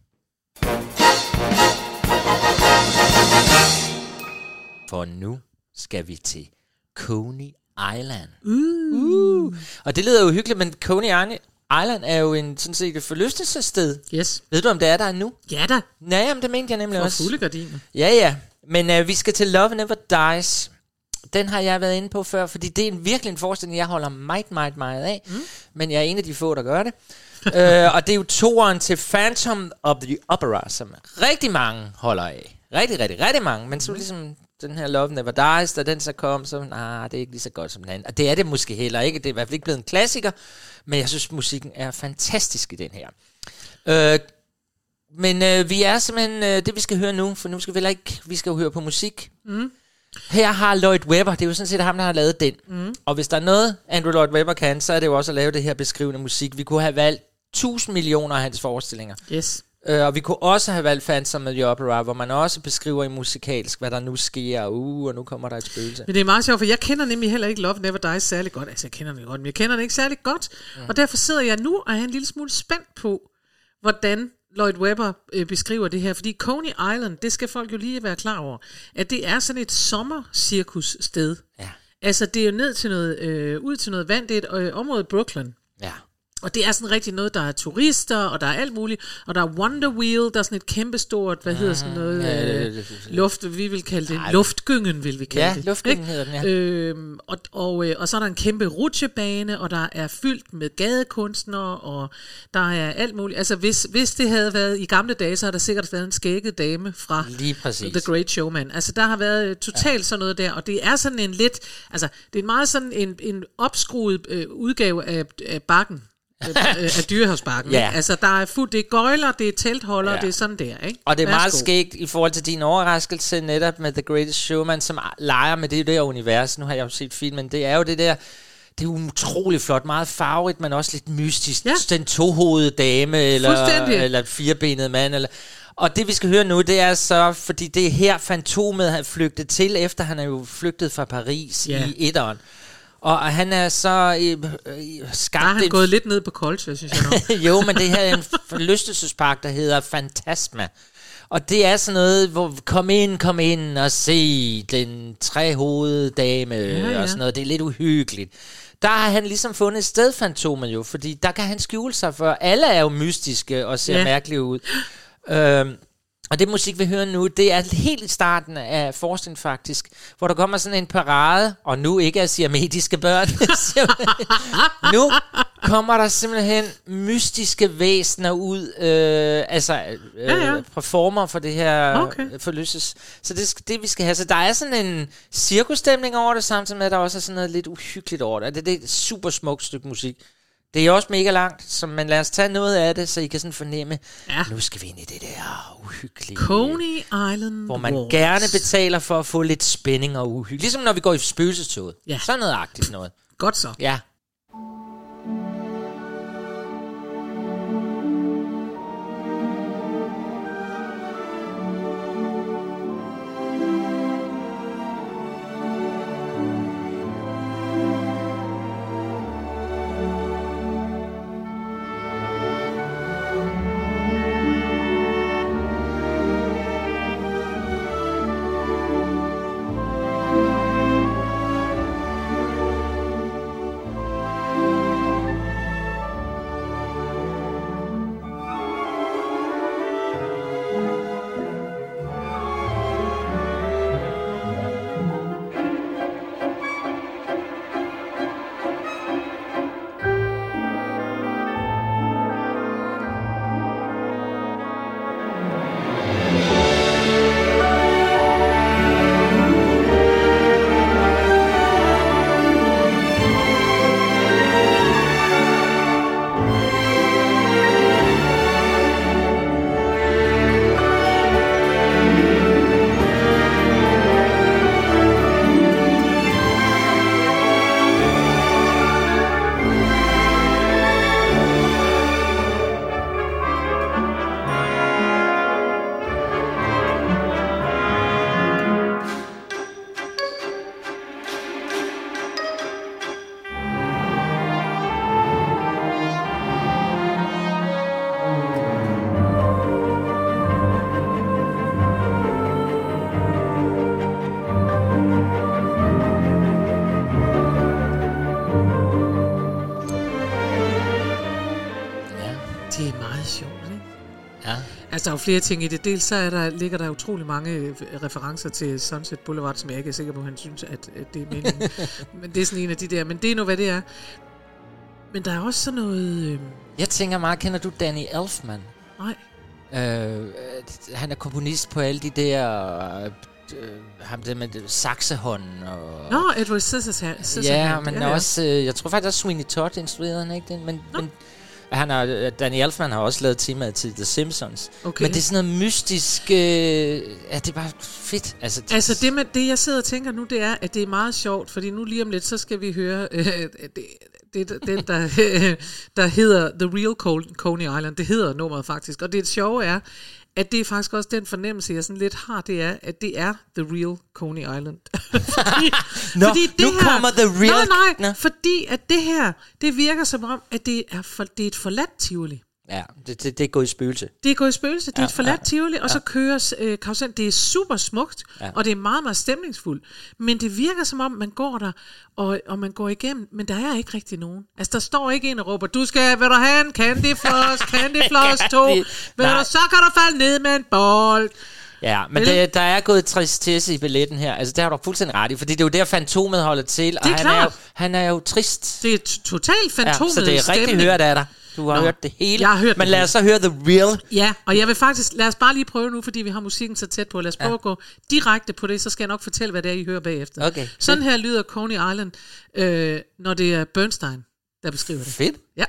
For nu skal vi til Coney Island. Uh. Uh. Og det lyder jo hyggeligt, men Coney Island er jo en, sådan set et forlystelsessted. Yes. Ved du, om det er der nu? Ja da. Ja, jamen, det mente jeg nemlig For også. fulde gardiner. Ja, ja. Men øh, vi skal til Love Never Dies. Den har jeg været inde på før, fordi det er en, virkelig en forestilling, jeg holder meget, meget, meget af. Mm. Men jeg er en af de få, der gør det. øh, og det er jo toeren til Phantom of the Opera, som rigtig mange holder af. Rigtig, rigtig, rigtig mange. Men så ligesom den her Love Never Dies, da den så kom, så nah, det er ikke lige så godt som den anden. Og det er det måske heller ikke. Det er i hvert fald ikke blevet en klassiker. Men jeg synes, musikken er fantastisk i den her. Øh, men øh, vi er simpelthen øh, det, vi skal høre nu. For nu skal vi heller ikke, vi skal jo høre på musik. Mm. Her har Lloyd Webber, det er jo sådan set ham, der har lavet den. Mm. Og hvis der er noget, Andrew Lloyd Webber kan, så er det jo også at lave det her beskrivende musik. Vi kunne have valgt tusind millioner af hans forestillinger. Yes. Uh, og vi kunne også have valgt Phantom of the Opera, hvor man også beskriver i musikalsk, hvad der nu sker. Uh, og nu kommer der et spøgelse. Men det er meget sjovt, for jeg kender nemlig heller ikke Love Never Dies særlig godt. Altså, jeg kender den godt, men jeg kender den ikke særlig godt. Mm. Og derfor sidder jeg nu og er en lille smule spændt på, hvordan Lloyd Webber øh, beskriver det her. Fordi Coney Island, det skal folk jo lige være klar over, at det er sådan et sommercirkussted. Ja. Altså, det er jo ned til noget, øh, ud til noget vand. Det er et øh, område i Brooklyn. Ja. Og det er sådan rigtig noget, der er turister, og der er alt muligt. Og der er Wonder Wheel, der er sådan et kæmpestort, hvad hedder sådan noget, Ja, det- øh, det- det- luft, vi vil kalde det, Nej. luftgyngen vil vi kalde Ja, det. luftgyngen ikke? hedder den, ja. Øhm, og, og, øh, og så er der en kæmpe rutsjebane, og der er fyldt med gadekunstnere, og der er alt muligt. Altså hvis, hvis det havde været i gamle dage, så har der sikkert været en skægget dame fra Lige præcis. The Great Showman. Altså der har været øh, totalt ja. sådan noget der, og det er sådan en lidt, altså det er meget sådan en, en opskruet øh, udgave af, af bakken. af Dyrehavsbakken. Ja. Ikke? Altså der er fuldt, det er gøjler, det er teltholder, Ja. det er sådan der, ikke? Og det er meget Værsgo. skægt i forhold til din overraskelse netop med The Greatest Showman, som leger med det der univers. Nu har jeg jo set filmen. Det er jo det der, det er jo utrolig flot, meget farverigt, men også lidt mystisk. Ja. Den tohodede dame, eller, Fuldstændig. eller firebenet mand. Eller. Og det vi skal høre nu, det er så, fordi det er her Fantomet har flygtet til, efter han er jo flygtet fra Paris Ja. i etteren. Og han er så øh, øh, skabt... Der er han en- gået lidt ned på culture, synes jeg nok. jo, men det her er en forlystelsespark, der hedder Fantasma. Og det er sådan noget, hvor kom ind, kom ind og se den trehovedede dame ja, ja. og sådan noget. Det er lidt uhyggeligt. Der har han ligesom fundet et sted, Fantomet jo, fordi der kan han skjule sig, for alle er jo mystiske og ser Ja. ja. mærkelige ud. Øhm, og det musik, vi hører nu, det er helt i starten af forestillingen faktisk, hvor der kommer sådan en parade, og nu ikke af siametiske børn. Nu kommer der simpelthen mystiske væsener ud, øh, altså øh, Ja, ja. performer for det her Okay. okay. forlystes. Så det er det, vi skal have. Så der er sådan en cirkusstemning over det, samtidig med, at der også er sådan noget lidt uhyggeligt over det. Det, det er et super smukt stykke musik. Det er også mega langt, så men lad os tage noget af det, så I kan sådan fornemme, Ja. nu skal vi ind i det der uhyggelige, Coney Island hvor man Waltz. gerne betaler for at få lidt spænding og uhygge. Ligesom når vi går i spøgelsestoget. Ja. Sådan noget agtigt noget. Godt så. Ja. Det er meget sjovt, ikke? Ja. Altså, der er jo flere ting i det. Dels så er der, ligger der utrolig mange referencer til Sunset Boulevard, som jeg ikke er sikker på, at han synes, at, at det er meningen. Men det er sådan en af de der. Men det er nu, hvad det er. Men der er også sådan noget... Øh... Jeg tænker meget, kender du Danny Elfman? Nej. Øh, han er komponist på alle de der... Øh, ham der med saxehånden og... Nå, Edward Scissorhands. Ja, men ja, ja. også... Øh, jeg tror faktisk også Sweeney Todd instruerede han, ikke den? Men, men han har, Danny Elfman har også lavet temaet til The Simpsons. Okay. Men det er sådan noget mystisk... Øh, ja, det er bare fedt. Altså, det, altså det, med, det, jeg sidder og tænker nu, det er, at det er meget sjovt, fordi nu lige om lidt, så skal vi høre... Øh, det, det, den, der, der hedder The Real Coney Island. Det hedder nummeret faktisk. Og det sjove er, at det er faktisk også den fornemmelse, jeg sådan lidt har, det er, at det er The Real Coney Island. fordi, Nå, fordi det nu her, kommer The Real... Nej, nej, Nå. fordi at det her, det virker som om, at det er, for, det er et forladt Tivoli. Ja, det, det, det er gået i spøgelse. Det er gået i spøgelse, det er ja, et forladt ja, Tivoli, og ja. så køres øh, karusel. Det er super smukt, ja. Og det er meget, meget stemningsfuldt. Men det virker som om, man går der, og, og man går igennem, men der er ikke rigtig nogen. Altså, der står ikke en og råber, du skal, vil du have en Candy Floss, Candy Floss to, vil du, så kan du falde ned med en bold. Ja, men det, der er gået tristesse i billetten her. Altså, det har du fuldstændig ret i, fordi det er jo der Fantomet holder til, og han er, jo, han er jo trist. Det er totalt Fantomet. Ja, så det er rigtig hørt af dig. Du har Nå, hørt det hele. Jeg har hørt Men det lad os så høre The Real. Ja, og jeg vil faktisk, lad os bare lige prøve nu, fordi vi har musikken så tæt på. Lad os prøve ja. at gå direkte på det, så skal jeg nok fortælle, hvad det er, I hører bagefter. Okay. Sådan her lyder Coney Island, øh, når det er Bernstein, der beskriver det. Fedt. Ja.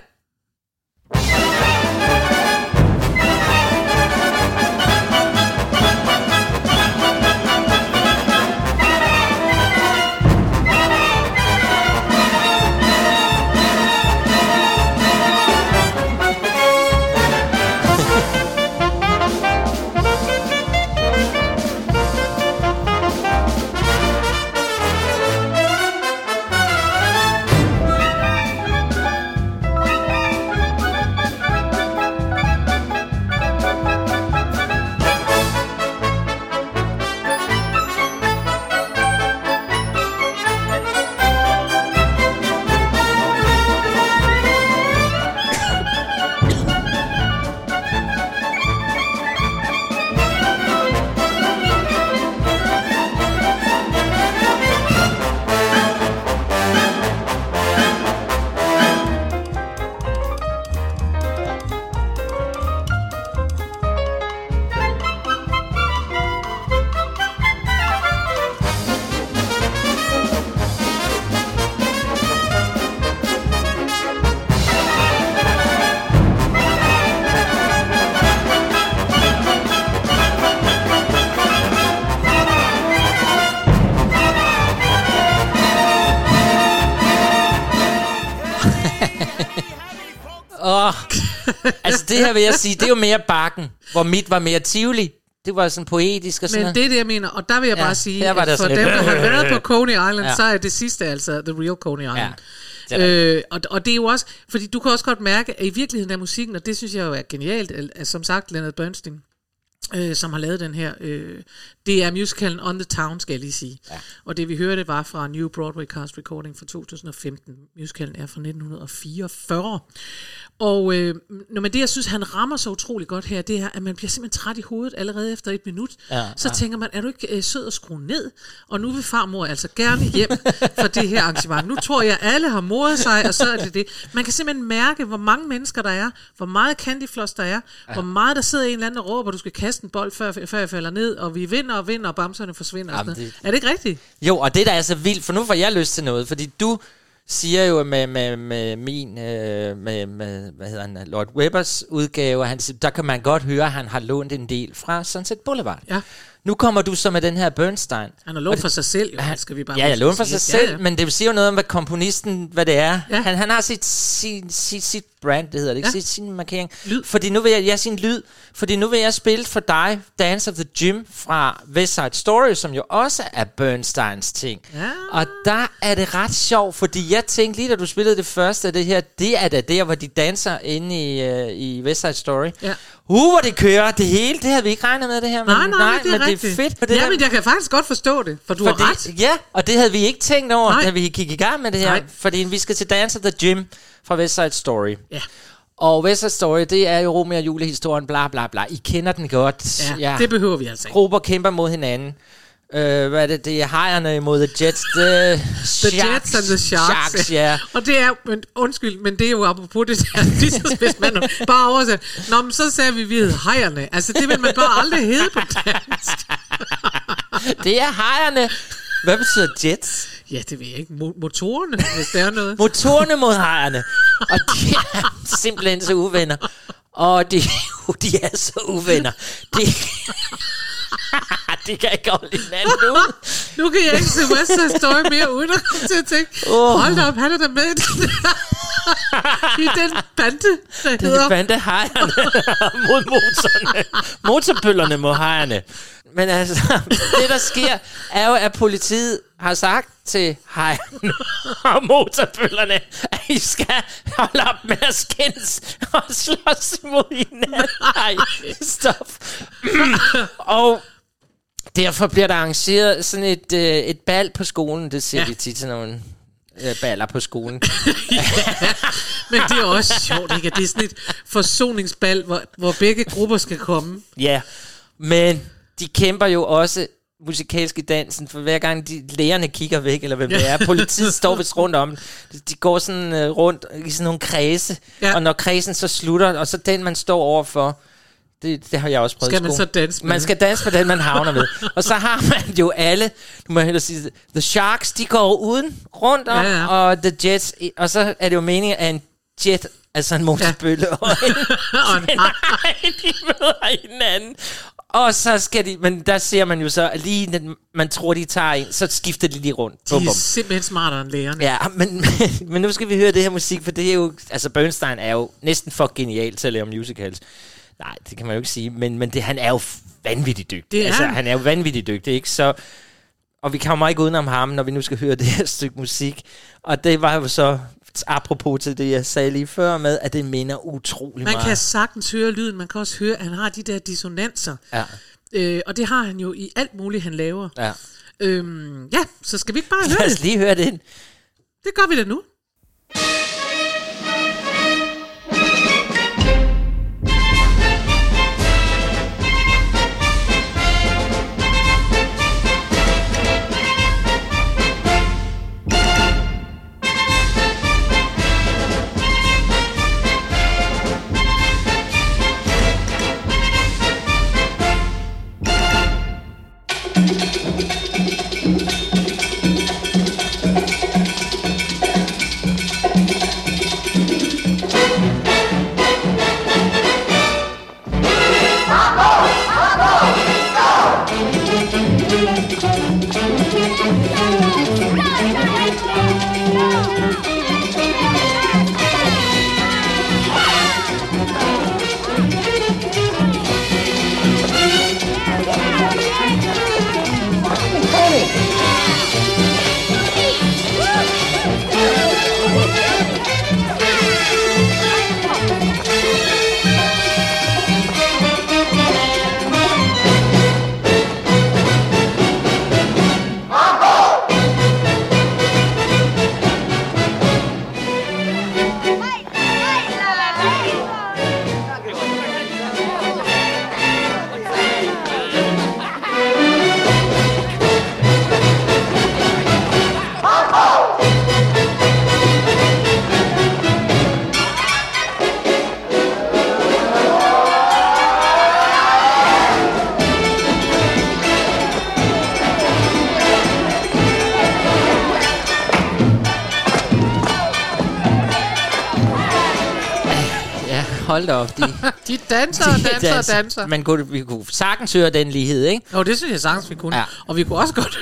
Åh, oh, altså det her vil jeg sige, det er jo mere Bakken, hvor mit var mere Tivoli. Det var sådan poetisk og sådan Men noget. det er det, jeg mener, og der vil jeg ja, bare sige, at for dem, der har været på Coney Island, ja. så er det sidste altså The Real Coney Island. Ja. Det øh, og, og det er jo også, fordi du kan også godt mærke, at i virkeligheden er musikken, og det synes jeg jo er genialt, at, som sagt, Leonard Bernstein, øh, som har lavet den her, øh, det er musicalen On the Town, skal jeg lige sige. Ja. Og det vi hørte var fra New Broadway Cast Recording fra to tusind og femten. Musicalen er fra nitten fireogfyrre. Og øh, når man det, jeg synes, han rammer så utrolig godt her, det er, at man bliver simpelthen træt i hovedet allerede efter et minut. Ja, så ja. tænker man, er du ikke øh, sød at skrue ned? Og nu vil farmor altså gerne hjem for det her arrangement. Nu tror jeg, alle har moret sig, og så er det det. Man kan simpelthen mærke, hvor mange mennesker der er, hvor meget Candy Floss der er, ja. hvor meget der sidder en eller anden og råber, du skal kaste en bold, før, før jeg falder ned, og vi vinder og vinder, og bamserne forsvinder. Jamen, det... Er det ikke rigtigt? Jo, og det der er så vildt, for nu får jeg lyst til noget, fordi du siger jo med, med, med min, øh, med, med, hvad hedder han, Lord Webbers udgave, han, der kan man godt høre, at han har lånt en del fra Sunset Boulevard. Ja. Nu kommer du så med den her Bernstein. Han har lånt for sig selv, jo. Han, skal vi bare ja, jeg lånt for sig selv, ja, ja. men det siger jo noget om, hvad komponisten, hvad det er. Ja. Han, han har sit, sit, sit, sit brand, det hedder det, ikke? Ja. Sit, sin markering. Lyd. Fordi nu vil jeg, ja, sin lyd. Fordi nu vil jeg spille for dig Dance of the Gym fra West Side Story, som jo også er Bernsteins ting. Ja. Og der er det ret sjovt, fordi jeg tænkte lige, da du spillede det første af det her, det er da der, hvor de danser inde i, uh, i West Side Story. Ja. Uh, hvor det kører, det hele, det havde vi ikke regnet med det her. Men, nej, nej, nej, det er men rigtigt. det er fedt. For det ja, der, men jeg kan faktisk godt forstå det, for du fordi, har ret. Ja, og det havde vi ikke tænkt over, nej. da vi gik i gang med det her. Nej. Fordi vi skal til Dance of the Gym fra West Side Story. Ja. Og West Side Story, det er jo Romeo og Julie-historien, bla bla bla. I kender den godt. Ja, ja. Det behøver vi altså ikke. Grupper kæmper mod hinanden. Uh, hvad er det? Det er hejerne mod The Jets. The, the sharks, Jets and the Sharks. sharks ja. Og det er, men, undskyld, men det er jo apropos det der, hvis man bare oversat. Nå, men så sagde vi, vi hed hejerne. Altså, det vil man bare aldrig hedde på dansk. Det er hejerne. Hvad betyder Jets? Ja, det ved jeg ikke. Mo- motorerne, hvis der er noget. Motorerne mod hejerne. Og de er simpelthen så uvenner. Og de, de er så uvenner. De, de kan ikke holde hinanden nu. Nu kan jeg ikke se West Side Story mere, uden at komme til at tænke, oh. hold da op, han er der med i den bande, der den hedder... bande hejerne mod motorerne. Motorbøllerne mod hejerne. Men altså, det der sker, er jo, at politiet har sagt til hejerne og motorbøllerne, at I skal holde op med at skændes og slås mod hinanden. Nej, stop. Og derfor bliver der arrangeret sådan et, øh, et bal på skolen. Det ser ja. vi tit til nogle øh, baller på skolen. Ja, men det er også sjovt, ikke? Det er sådan et forsoningsbal, hvor, hvor begge grupper skal komme. Ja, men de kæmper jo også musikalsk i dansen, for hver gang de lærerne kigger væk, eller hvem det er, politiet står vist rundt om, de går sådan uh, rundt i sådan nogle kredse, ja. Og når kredsen så slutter, og så den man står overfor, det, det har jeg også prøvet. Skal man så danse med? Man skal danse med den, man havner ved. Og så har man jo alle, nu må jeg hellere sige, The Sharks, de går uden rundt om, ja, ja. Og The Jets, og så er det jo meningen, at en jet, altså en motorbølle, ja. og en, en hej, de møder hinanden. Og så skal de, men der ser man jo så, at lige når man tror, de tager en, så skifter de lige rundt. De er bum, bum. Simpelthen smartere end lærerne. Ja, men, men, men nu skal vi høre det her musik, for det er jo, altså Bernstein er jo næsten for genial til at lave musicals. Nej, det kan man jo ikke sige, men, men det, han er jo vanvittigt dygtig. Det er altså, han. han er jo vanvittigt dygtig, ikke? Så, og vi kommer ikke udenom ham, når vi nu skal høre det her stykke musik. Og det var jo så... apropos til det, jeg sagde lige før med, at det minder utrolig man meget. Man kan sagtens høre lyden, man kan også høre, at han har de der dissonanser. Ja. Øh, og det har han jo i alt muligt, han laver. Ja. Øhm, ja, så skal vi ikke bare høre det? Lad os lige høre det. Det gør vi da nu. Hold da op, de, de danser og danser, danser og danser. Man kunne, vi kunne sagtens høre den lighed, ikke? Jo, det synes jeg sagtens, vi kunne. Ja. Og vi kunne også godt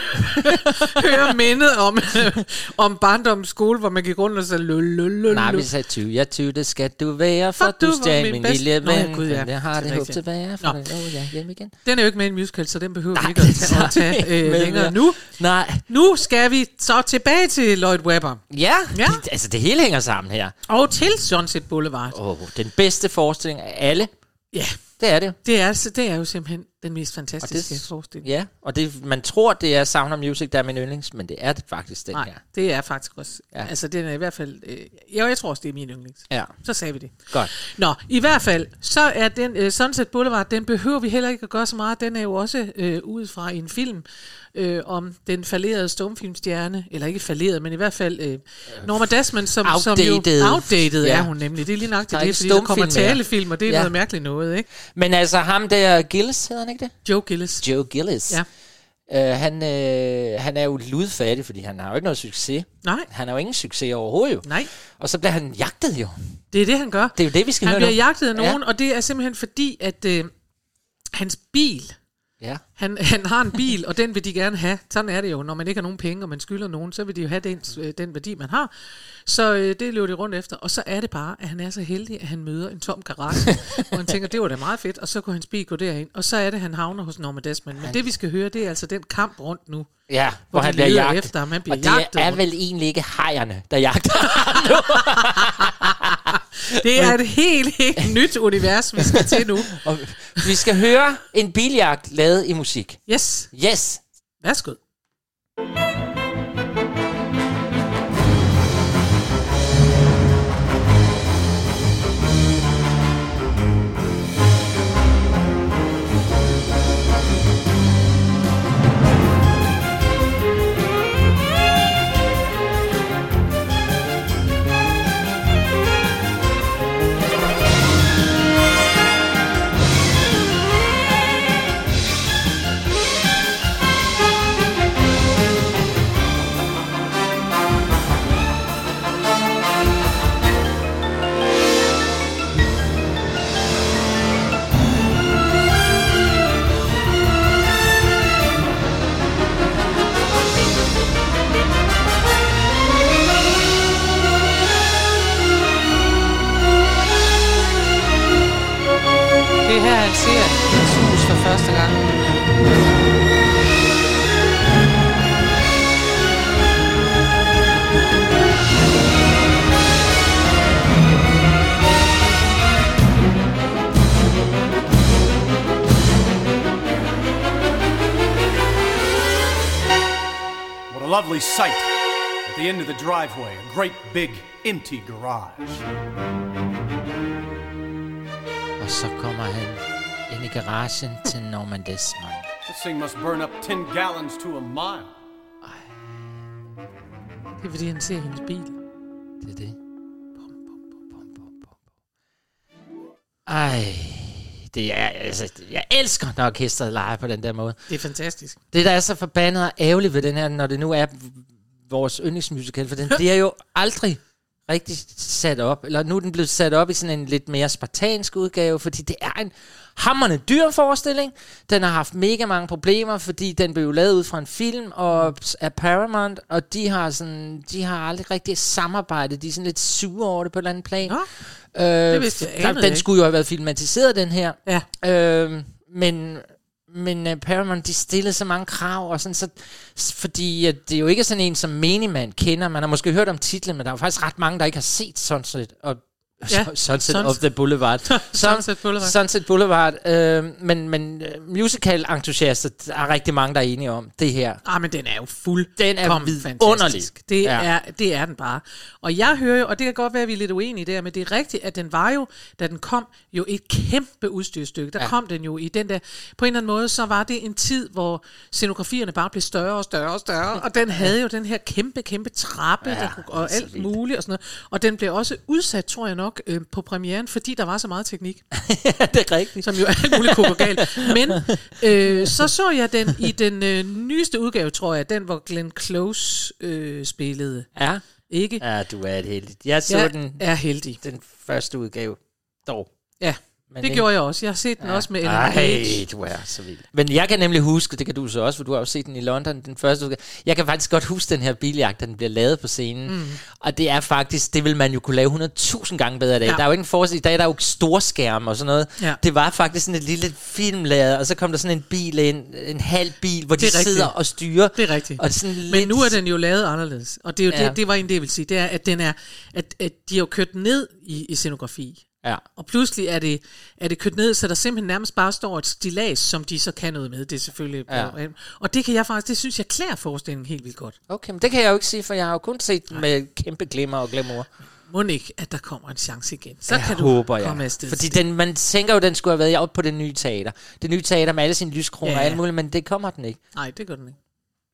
høre mindet om, om barndoms skole, hvor man gik rundt og sagde lulululul. Nej, vi sagde tyve, ja tyve, det skal du være, for, for du stjal min, min lille ven. Nå, ja, Gud, ja. Jeg har det, det håb til at være, for det, oh, ja, hjem igen. Den er jo ikke med i en musical, så den behøver vi ikke at tage, at tage øh, længere nu. Nej. Nu skal vi så tilbage til Lloyd Webber. Ja, ja. Det, altså det hele hænger sammen her. Og til Sunset Boulevard. Åh, oh, den bedste forestilling af alle. Ja. Det er det. Det er, det er jo simpelthen den mest fantastiske forestilling. Ja, og det, man tror, det er Sound of Music, der er min yndlings, men det er det faktisk den Nej, her. det er faktisk også. Ja. Altså, den er i hvert fald... Øh, jo, jeg tror også, det er min yndlings. Ja. Så sagde vi det. Godt. Nå, i hvert fald, så er den øh, Sunset Boulevard, den behøver vi heller ikke at gøre så meget. Den er jo også øh, ud fra en film øh, om den fallerede stumfilmstjerne, eller ikke falderet, men i hvert fald øh, Norma Desmond, som, som jo... Outdated ja. er hun nemlig. Det er lige nok det, det fordi der kommer talefilm, og det er ja. noget mærkeligt noget, ikke? Men altså ham der, Gillis hedder han ikke det? Joe Gillis. Joe Gillis. Ja. Uh, han, uh, han er jo ludfattig, fordi han har jo ikke noget succes. Nej. Han har jo ingen succes overhovedet jo. Nej. Og så bliver han jagtet jo. Det er det, han gør. Det er jo det, vi skal han høre bliver nu. jagtet af nogen, ja. og det er simpelthen fordi, at øh, hans bil... Ja. Han, han har en bil, og den vil de gerne have. Sådan er det jo, når man ikke har nogen penge, og man skylder nogen, så vil de jo have den, den værdi, man har. Så øh, det løber de rundt efter. Og så er det bare, at han er så heldig, at han møder en tom garage, hvor han tænker, det var da meget fedt, og så kunne hans bil gå derind. Og så er det, han havner hos Norma Desmond. Men det, vi skal høre, det er altså den kamp rundt nu. Ja, hvor, hvor han bliver jagtet. Efter, han bliver og det jagtet er rundt. vel egentlig ikke hajerne, der jagter ham nu. Det er et helt, helt nyt univers, vi skal til nu. Og vi skal høre en biljagt lavet i musik. Yes. Yes. Værsgo. Det er her, han ser hans hus for første gang. What a lovely sight. At the end of the driveway, a great big empty garage. Og så kommer han ind i garagen til Norma Desmond. This thing must burn up ten gallons to a mile. Det er fordi, han ser hendes bil. Det er det. Ej, det er, altså, jeg elsker, når orkestret leger på den der måde. Det er fantastisk. Det, der er så forbandet og ærgerligt ved den her, når det nu er vores yndlingsmusical, for den bliver jo aldrig rigtig sat op, eller nu er den blevet sat op i sådan en lidt mere spartansk udgave, fordi det er en hamrende dyr forestilling. Den har haft mega mange problemer, fordi den blev lavet ud fra en film og af Paramount, og de har sådan, de har aldrig rigtig samarbejdet. De er sådan lidt sure over det på et eller andet plan. Nå, øh, det vidste jeg, der, Den ikke. skulle jo have været filmatiseret, den her. Ja. Øh, men men uh, Paramount, de stillede så mange krav, og sådan, så, fordi uh, det er jo ikke sådan en, som menigmand kender. Man har måske hørt om titlen, men der er jo faktisk ret mange, der ikke har set Sunset og Ja, Sunset Sunset. of the Boulevard. Sunset Boulevard. Sunset Boulevard. Øh, men men uh, musical-entusiaster, der er rigtig mange, der er enige om det her. Ah, men den er jo fuld. Den er vidunderlig. Det, Ja. er, det er den bare. Og jeg hører jo, og det kan godt være, at vi er lidt uenige der, men det er rigtigt, at den var jo, da den kom, jo et kæmpe udstyrstykke. Der Ja. ja. kom den jo i den der, på en eller anden måde, så var det en tid, hvor scenografierne bare blev større og større og større, og den havde jo den her kæmpe, kæmpe trappe, Ja, der kunne, og så alt vildt. muligt og sådan noget. Og den blev også udsat, tror jeg nok, øh, på premieren, fordi der var så meget teknik. Det er rigtigt. Som jo alt muligt kunne gå galt. Men øh, så så jeg den i den øh, nyeste udgave, tror jeg, den hvor Glenn Close øh, spillede. Ja. Ikke? Ja, du er et heldig. Jeg så Jeg den, er heldig. den første udgave dog. Ja, Men det den- gjorde jeg også. Jeg har set den Ja. også med Ellen Ej, Page. du er så vild. Men jeg kan nemlig huske, det kan du så også, for du har jo set den i London, den første udgave. Jeg kan faktisk godt huske den her biljagt, da den bliver lavet på scenen. Mm. Og det er faktisk, det vil man jo kunne lave hundrede tusind gange bedre i dag. Ja. Der er jo ikke en forskel. I dag der er jo storskærm og sådan noget. Ja. Det var faktisk sådan et lille filmlader, og så kom der sådan en bil ind, en halv bil, hvor de Det er sidder rigtigt. og styrer. Det er rigtigt. Og sådan Men lidt- nu er den jo lavet anderledes. Og det er jo Ja. det, det var en det, jeg vil sige. Det er, at den er, at, at de har jo kørt ned i, i scenografi. Ja. Og pludselig er det, er det kørt ned, så der simpelthen nærmest bare står et stillads, som de så kan noget med. Det er selvfølgelig... Ja. Og det kan jeg faktisk, det synes jeg klæder forestillingen helt vildt godt. Okay, men det kan jeg jo ikke sige, for jeg har jo kun set den med kæmpe glimmer og glamour. Må ikke, at der kommer en chance igen. Så jeg kan du håber, komme ja. afsted. Fordi den, man tænker jo, den skulle have været oppe på det nye teater. Det nye teater med alle sine lyskroner Ja. og alt muligt, men det kommer den ikke. Nej, det gør den ikke.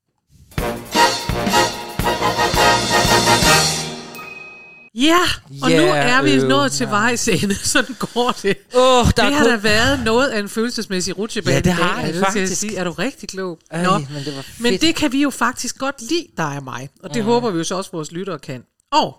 Ja, og Ja, nu er vi øh, nået til ja. vejs ende. Sådan går det. Åh, der det er har kun- da været noget af en følelsesmæssig rutsjebane. Ja, det i dag, har er det jeg nødt til at faktisk. sige. Er du rigtig klog? Ej, Nå. men det var fedt. Men det kan vi jo faktisk godt lide, dig og mig. Og det Mhm. håber vi jo så også, vores lyttere kan. Og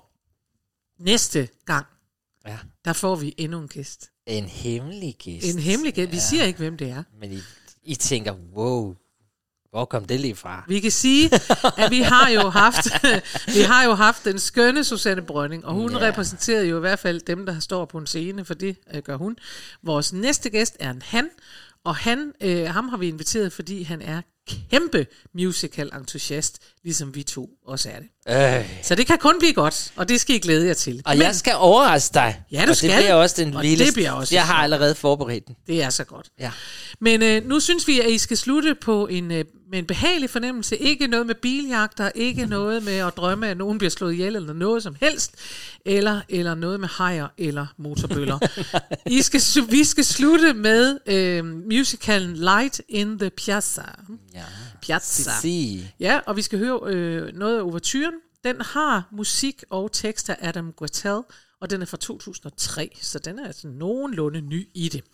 næste gang, Ja. der får vi endnu en gæst. En hemmelig gæst. En hemmelig gæst. Vi Ja. siger ikke, hvem det er. Men I, I tænker, wow, hvor kom det lige fra? Vi kan sige, at vi har jo haft vi har jo haft den skønne Susanne Brønning, og hun Ja. yeah. repræsenterede jo i hvert fald dem, der står på en scene, for det øh, gør hun. Vores næste gæst er en han, og han, øh, ham har vi inviteret, fordi han er kæmpe musical-entusiast, ligesom vi to også er det. Øh. Så det kan kun blive godt, og det skal I glæde jer til. Og Men jeg skal overraske dig. Ja, du og skal. det bliver også den Og vildeste. det bliver også Jeg har sjovt. allerede forberedt den. det er så godt. Ja. Men øh, nu synes vi, at I skal slutte på en, øh, med en behagelig fornemmelse. Ikke noget med biljagter, ikke noget med at drømme, at nogen bliver slået ihjel, eller noget som helst. Eller, eller noget med hajer eller motorbøller. I skal, vi skal slutte med øh, musicalen Light in the Piazza. Ja. Piazza. Si. Ja, og vi skal høre øh, noget af ouverturen. Den har musik og tekst af Adam Guattell, og den er fra to tusind og tre, så den er altså nogenlunde ny i det.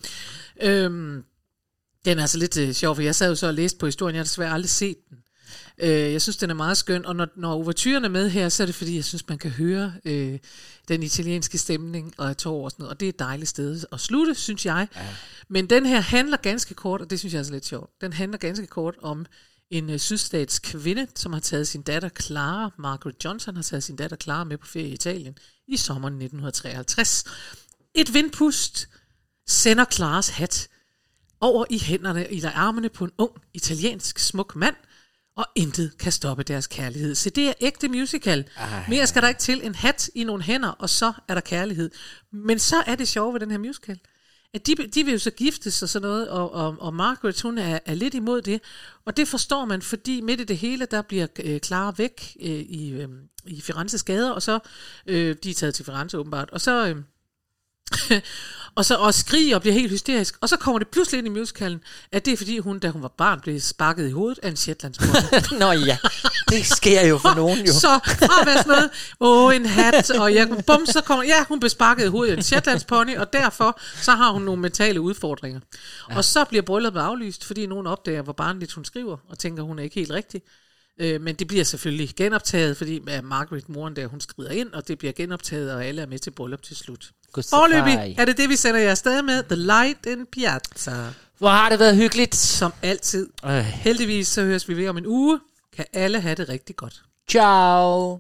Øhm, den er altså lidt øh, sjov, for jeg sad jo så og læste på historien, jeg har desværre aldrig set den. Øh, jeg synes, den er meget skøn, og når, når ouverturen er med her, så er det fordi, jeg synes, man kan høre øh, den italienske stemning og tår og sådan noget, og det er et dejligt sted at slutte, synes jeg. Ja. Men den her handler ganske kort, og det synes jeg er altså lidt sjovt, den handler ganske kort om en uh, sydstats kvinde, som har taget sin datter Clara, Margaret Johnson har taget sin datter Clara med på ferie i Italien i sommeren nitten treoghalvtreds. Et vindpust sender Claras hat over i hænderne eller armene på en ung, italiensk smuk mand, og intet kan stoppe deres kærlighed. Så det er ægte musical. Ej. Mere skal der ikke til, en hat i nogle hænder, og så er der kærlighed. Men så er det sjove ved den her musical, at de, de vil jo så giftes og sådan noget, og, og, og Margaret, hun er, er lidt imod det, og det forstår man, fordi midt i det hele, der bliver øh, Clara væk øh, i, øh, i Firenzes gader, og så, øh, de er taget til Firenze åbenbart, og så, øh, og så og skriger og bliver helt hysterisk, og så kommer det pludselig ind i musicalen, at det er fordi hun, da hun var barn, blev sparket i hovedet af en shetlandspony. Nå ja, det sker jo for nogen jo. Så fra at være sådan noget, åh, en hat, og ja, bum, så kommer, ja, hun blev sparket i hovedet af en shetlandspony, og derfor så har hun nogle mentale udfordringer. Ja. Og så bliver brylluppet aflyst, fordi nogen opdager, hvor barnligt hun skriver, og tænker, hun er ikke helt rigtig. Øh, men det bliver selvfølgelig genoptaget, fordi uh, Margaret, moren der, hun skrider ind, og det bliver genoptaget, og alle er med til bryllup til slut. Forløbig er det det, vi sender jer afsted med. The Light in Piazza. Hvor har det været hyggeligt. Som altid. Øh. Heldigvis så høres vi ved om en uge. Kan alle have det rigtig godt. Ciao.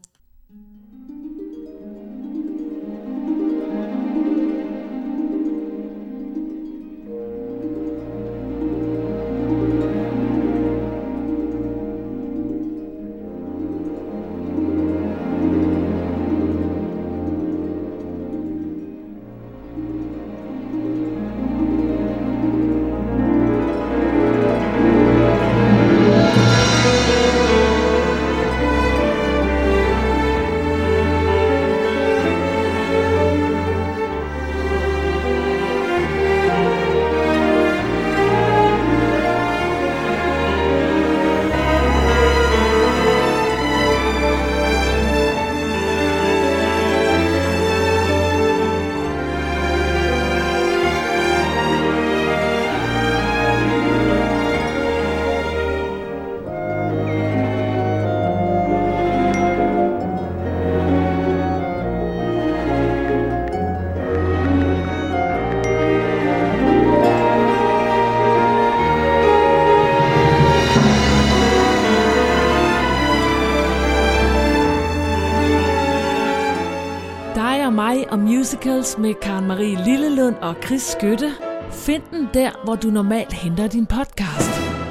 Mig og musicals med Karen Marie Lillelund og Chris Skytte. Find den der, hvor du normalt henter din podcast.